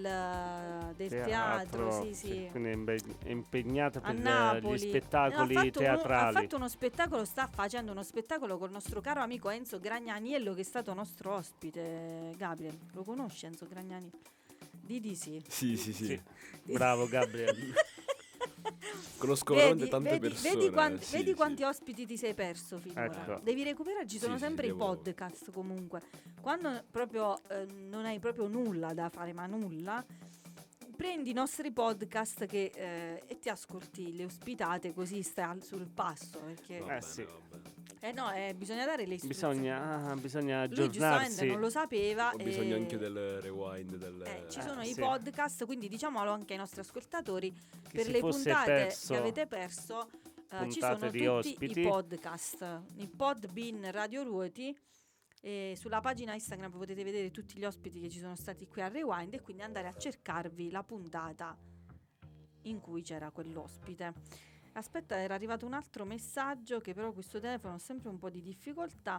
teatro, sì. Quindi è impegnata A per Napoli. gli spettacoli Ha teatrali. fatto uno spettacolo, sta facendo uno spettacolo col nostro caro amico Enzo Gragnaniello, che è stato nostro ospite. Gabriel, lo conosci Enzo Gragnaniello? Di sì. Sì. Bravo Gabriel. Conosco veramente tante persone. Vedi quanti ospiti ti sei perso finora. Ecco. Devi recuperare, ci sono sempre i podcast comunque. Quando proprio non hai proprio nulla da fare, ma nulla, prendi i nostri podcast e ti ascolti le ospitate, così stai sul passo. Perché bisogna dare le istruzioni. Bisogna Lui giustamente aggiornarsi. non lo sapeva. Ho bisogno anche del rewind. Ci sono i sì. podcast, quindi diciamolo anche ai nostri ascoltatori, per si le fosse puntate perso che avete perso ci puntate sono di tutti ospiti. i podcast, i Podbean Radio Ruoti, e sulla pagina Instagram potete vedere tutti gli ospiti che ci sono stati qui a Rewind, e quindi andare a cercarvi la puntata in cui c'era quell'ospite. Aspetta, era arrivato un altro messaggio, che però questo telefono ha sempre un po' di difficoltà.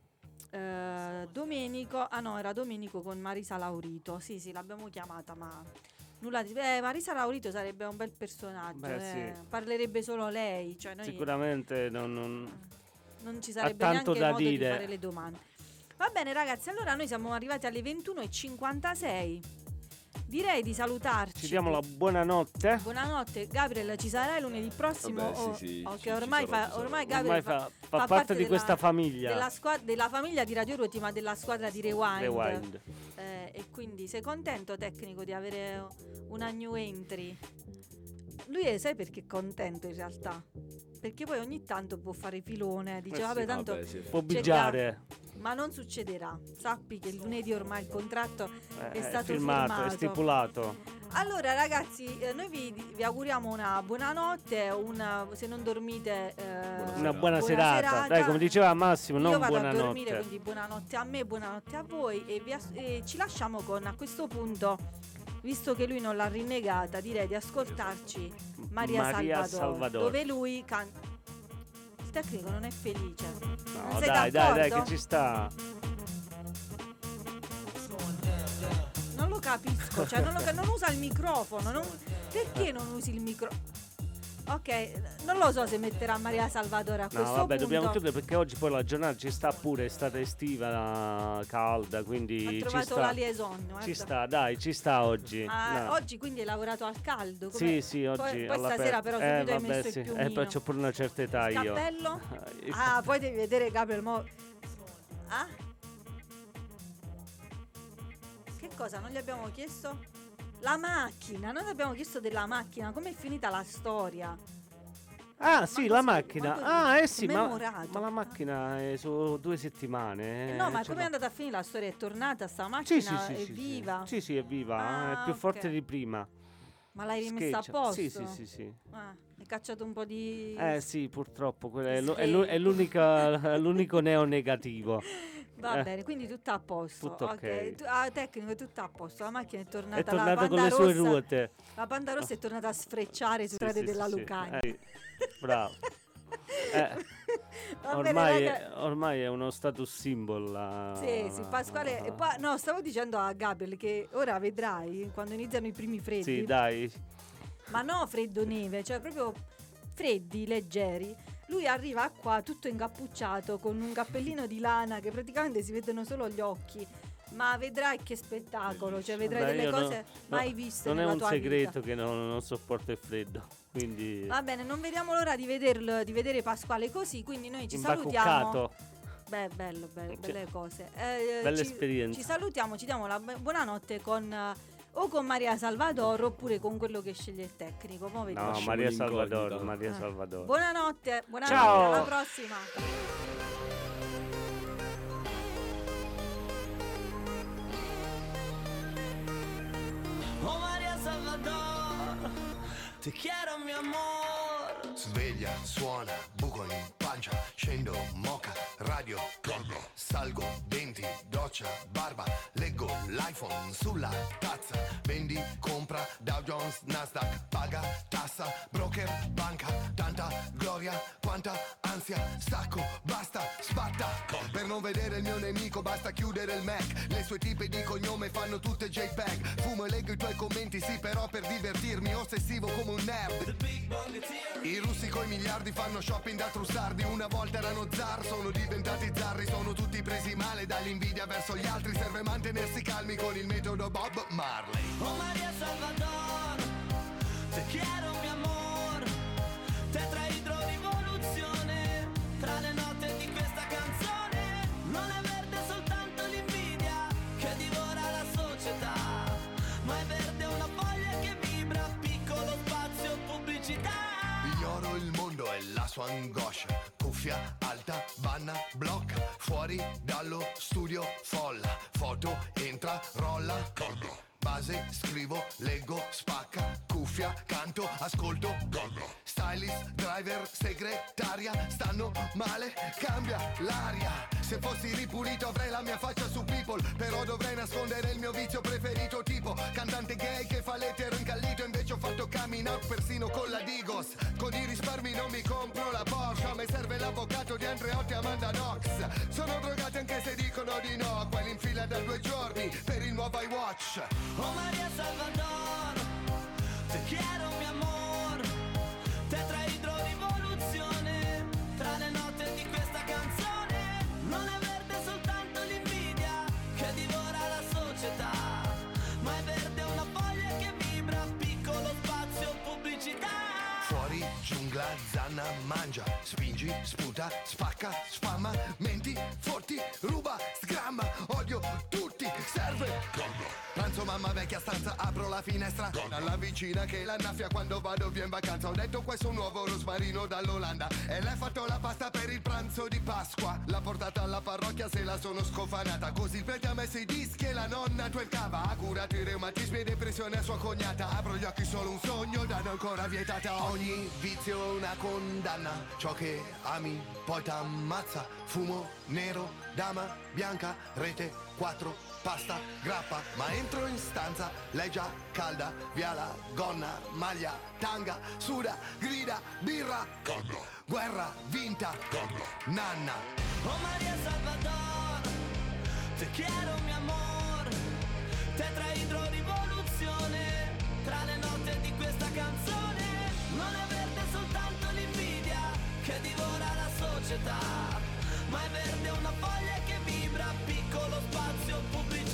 Domenico, era Domenico con Marisa Laurito. Sì, l'abbiamo chiamata, ma nulla di. Marisa Laurito sarebbe un bel personaggio. Sì. Parlerebbe solo lei, cioè noi Sicuramente non ci sarebbe tanto neanche da modo di dire. fare le domande. Va bene ragazzi, allora noi siamo arrivati alle 21:56. Direi di salutarci. Ci diamo la buonanotte. Buonanotte Gabriel, ci sarai lunedì prossimo? Vabbè, sì, Ok, ci ormai sarò. Gabriel fa parte di questa famiglia. della famiglia di Radio Ruoti, ma della squadra di Rewind. E quindi sei contento, tecnico, di avere una new entry? Lui sai perché è contento in realtà? Perché poi ogni tanto può fare filone, dice vabbè tanto può bigiare. ma non succederà. Sappi che il lunedì ormai il contratto è stato firmato, è stipulato. Allora ragazzi, noi vi auguriamo una buonanotte, se non dormite Una buona serata. Dai, come diceva Massimo, non io vado buonanotte. a dormire, quindi buonanotte a me, buonanotte a voi, e ci lasciamo con, a questo punto, visto che lui non l'ha rinnegata, direi di ascoltarci Maria Salvador, dove lui canta. Il tecnico non è felice. No, non sei dai, d'accordo? che ci sta. Non lo capisco, cioè non usa il microfono. Perché non usi il microfono? Ok, non lo so se metterà Maria Salvatore a questo punto. Dobbiamo chiudere perché oggi poi la giornata ci sta pure, estate estiva, calda, quindi ho trovato la liaison, guarda. Ci sta oggi. Oggi quindi hai lavorato al caldo? Sì, oggi. Poi stasera però subito hai messo il piumino. Poi c'ho pure una certa età io. Cappello? Poi devi vedere Gabriel Che cosa? Non gli abbiamo chiesto? La macchina, noi abbiamo chiesto della macchina, com'è finita la storia? La macchina. Sì, ma la macchina è su 2 settimane. No, ma come è andata a finire la storia? È tornata sta macchina? Sì, è viva? Sì, è viva, è più forte di prima. Ma l'hai rimessa a posto? Sì. Hai cacciato un po' di... Sì, purtroppo, quello è l'unico neo negativo. Va bene, quindi tutto a posto. Tutto ok. Tecnico è tutto a posto. La macchina è tornata, è tornata con le sue ruote. La banda rossa è tornata a sfrecciare sulle strade della Lucania. Bravo. Ormai è uno status symbol. Sì, Pasquale. E poi, stavo dicendo a Gabriel che ora vedrai quando iniziano i primi freddi. Sì, dai. Ma no, freddo neve, cioè proprio freddi, leggeri. Lui arriva qua tutto incappucciato con un cappellino di lana che praticamente si vedono solo gli occhi. Ma vedrai che spettacolo, cioè vedrai delle cose mai viste nella tua vita. Non è un segreto che non sopporto il freddo, quindi... Va bene, non vediamo l'ora di vedere Pasquale così, quindi noi ci salutiamo. Beh, belle cose. Bella esperienza. Ci salutiamo, ci diamo la buonanotte con... o con Maria Salvador oppure con quello che sceglie il tecnico. No, Maria Salvador. Buonanotte, ciao. Alla prossima. Oh Maria Salvador, te quiero mi amor. Sveglia, suona, buco in pancia, scendo, moca, radio, salgo, denti, doccia, barba, leggo l'iPhone sulla tazza, vendi, compra, Dow Jones, Nasdaq, paga, tassa, broker, banca, tanta gloria, quanta ansia, stacco, basta, spatta, per non vedere il mio nemico basta chiudere il Mac, le sue tipe di cognome fanno tutte JPEG, fumo e leggo i tuoi commenti, sì però per divertirmi, ossessivo come un nerd. I russi coi miliardi fanno shopping da trussardi, una volta erano zar, sono diventati zarri, sono tutti presi male dall'invidia verso gli altri, serve mantenersi calmi con il metodo Bob Marley. Oh Maria Salvador, te quiero mi amor, tetraidrorivoluzione, tra le note di questa canzone, non è verde soltanto l'invidia che divora la società, ma è verde una foglia che vibra, piccolo spazio, pubblicità. Ignoro il mondo e la sua angoscia, cuffia alta, banna, blocca, fuori dallo studio folla, foto, entra, rolla, base, scrivo, leggo, spacca, cuffia, canto, ascolto, stylist, driver, segretaria, stanno male, cambia l'aria. Se fossi ripulito avrei la mia faccia su People, però dovrei nascondere il mio vizio preferito, tipo cantante gay che fa l'etero incallito, invece ho fatto coming out persino con la Digos. Con i risparmi non mi compro la Porsche, mi serve l'avvocato di Andreotti e Amanda Knox. Sono drogati anche se dicono di no, quelli in fila da 2 giorni per il nuovo iWatch. Oh Maria Salvador, te quiero mi amor, tetraidrorivoluzione, tra le note di questa canzone, non è verde soltanto l'invidia che divora la società, ma è verde una foglia che vibra, piccolo spazio, pubblicità. Fuori, giungla, zanna, mangia, spingi, sputa, spacca, spamma, menti, forti, ruba, sgramma, odio tutti, serve. Pranzo mamma vecchia stanza, apro la finestra, dalla vicina che l'annaffia quando vado via in vacanza. Ho detto questo è un nuovo rosmarino dall'Olanda e lei ha fatto la pasta per il pranzo di Pasqua. L'ha portata alla parrocchia, se la sono scofanata, così il prete ha messo i dischi e la nonna twerkava. Ha curato i reumatismi e depressione a sua cognata. Apro gli occhi, solo un sogno, danno ancora vietata. Ogni vizio è una condanna, ciò che ami poi t'ammazza. Fumo nero, dama bianca, rete 4, pasta, grappa, ma entro in stanza, lei già calda, via la gonna, maglia, tanga, suda, grida, birra, guerra, vinta, nanna. Oh Maria Salvador, te quiero mi amor, tetraidrorivoluzione, tra le note di questa canzone, Non è verde soltanto l'invidia che divora la società, ma è verde una foglia che vibra, piccolo spazio, pubblicità.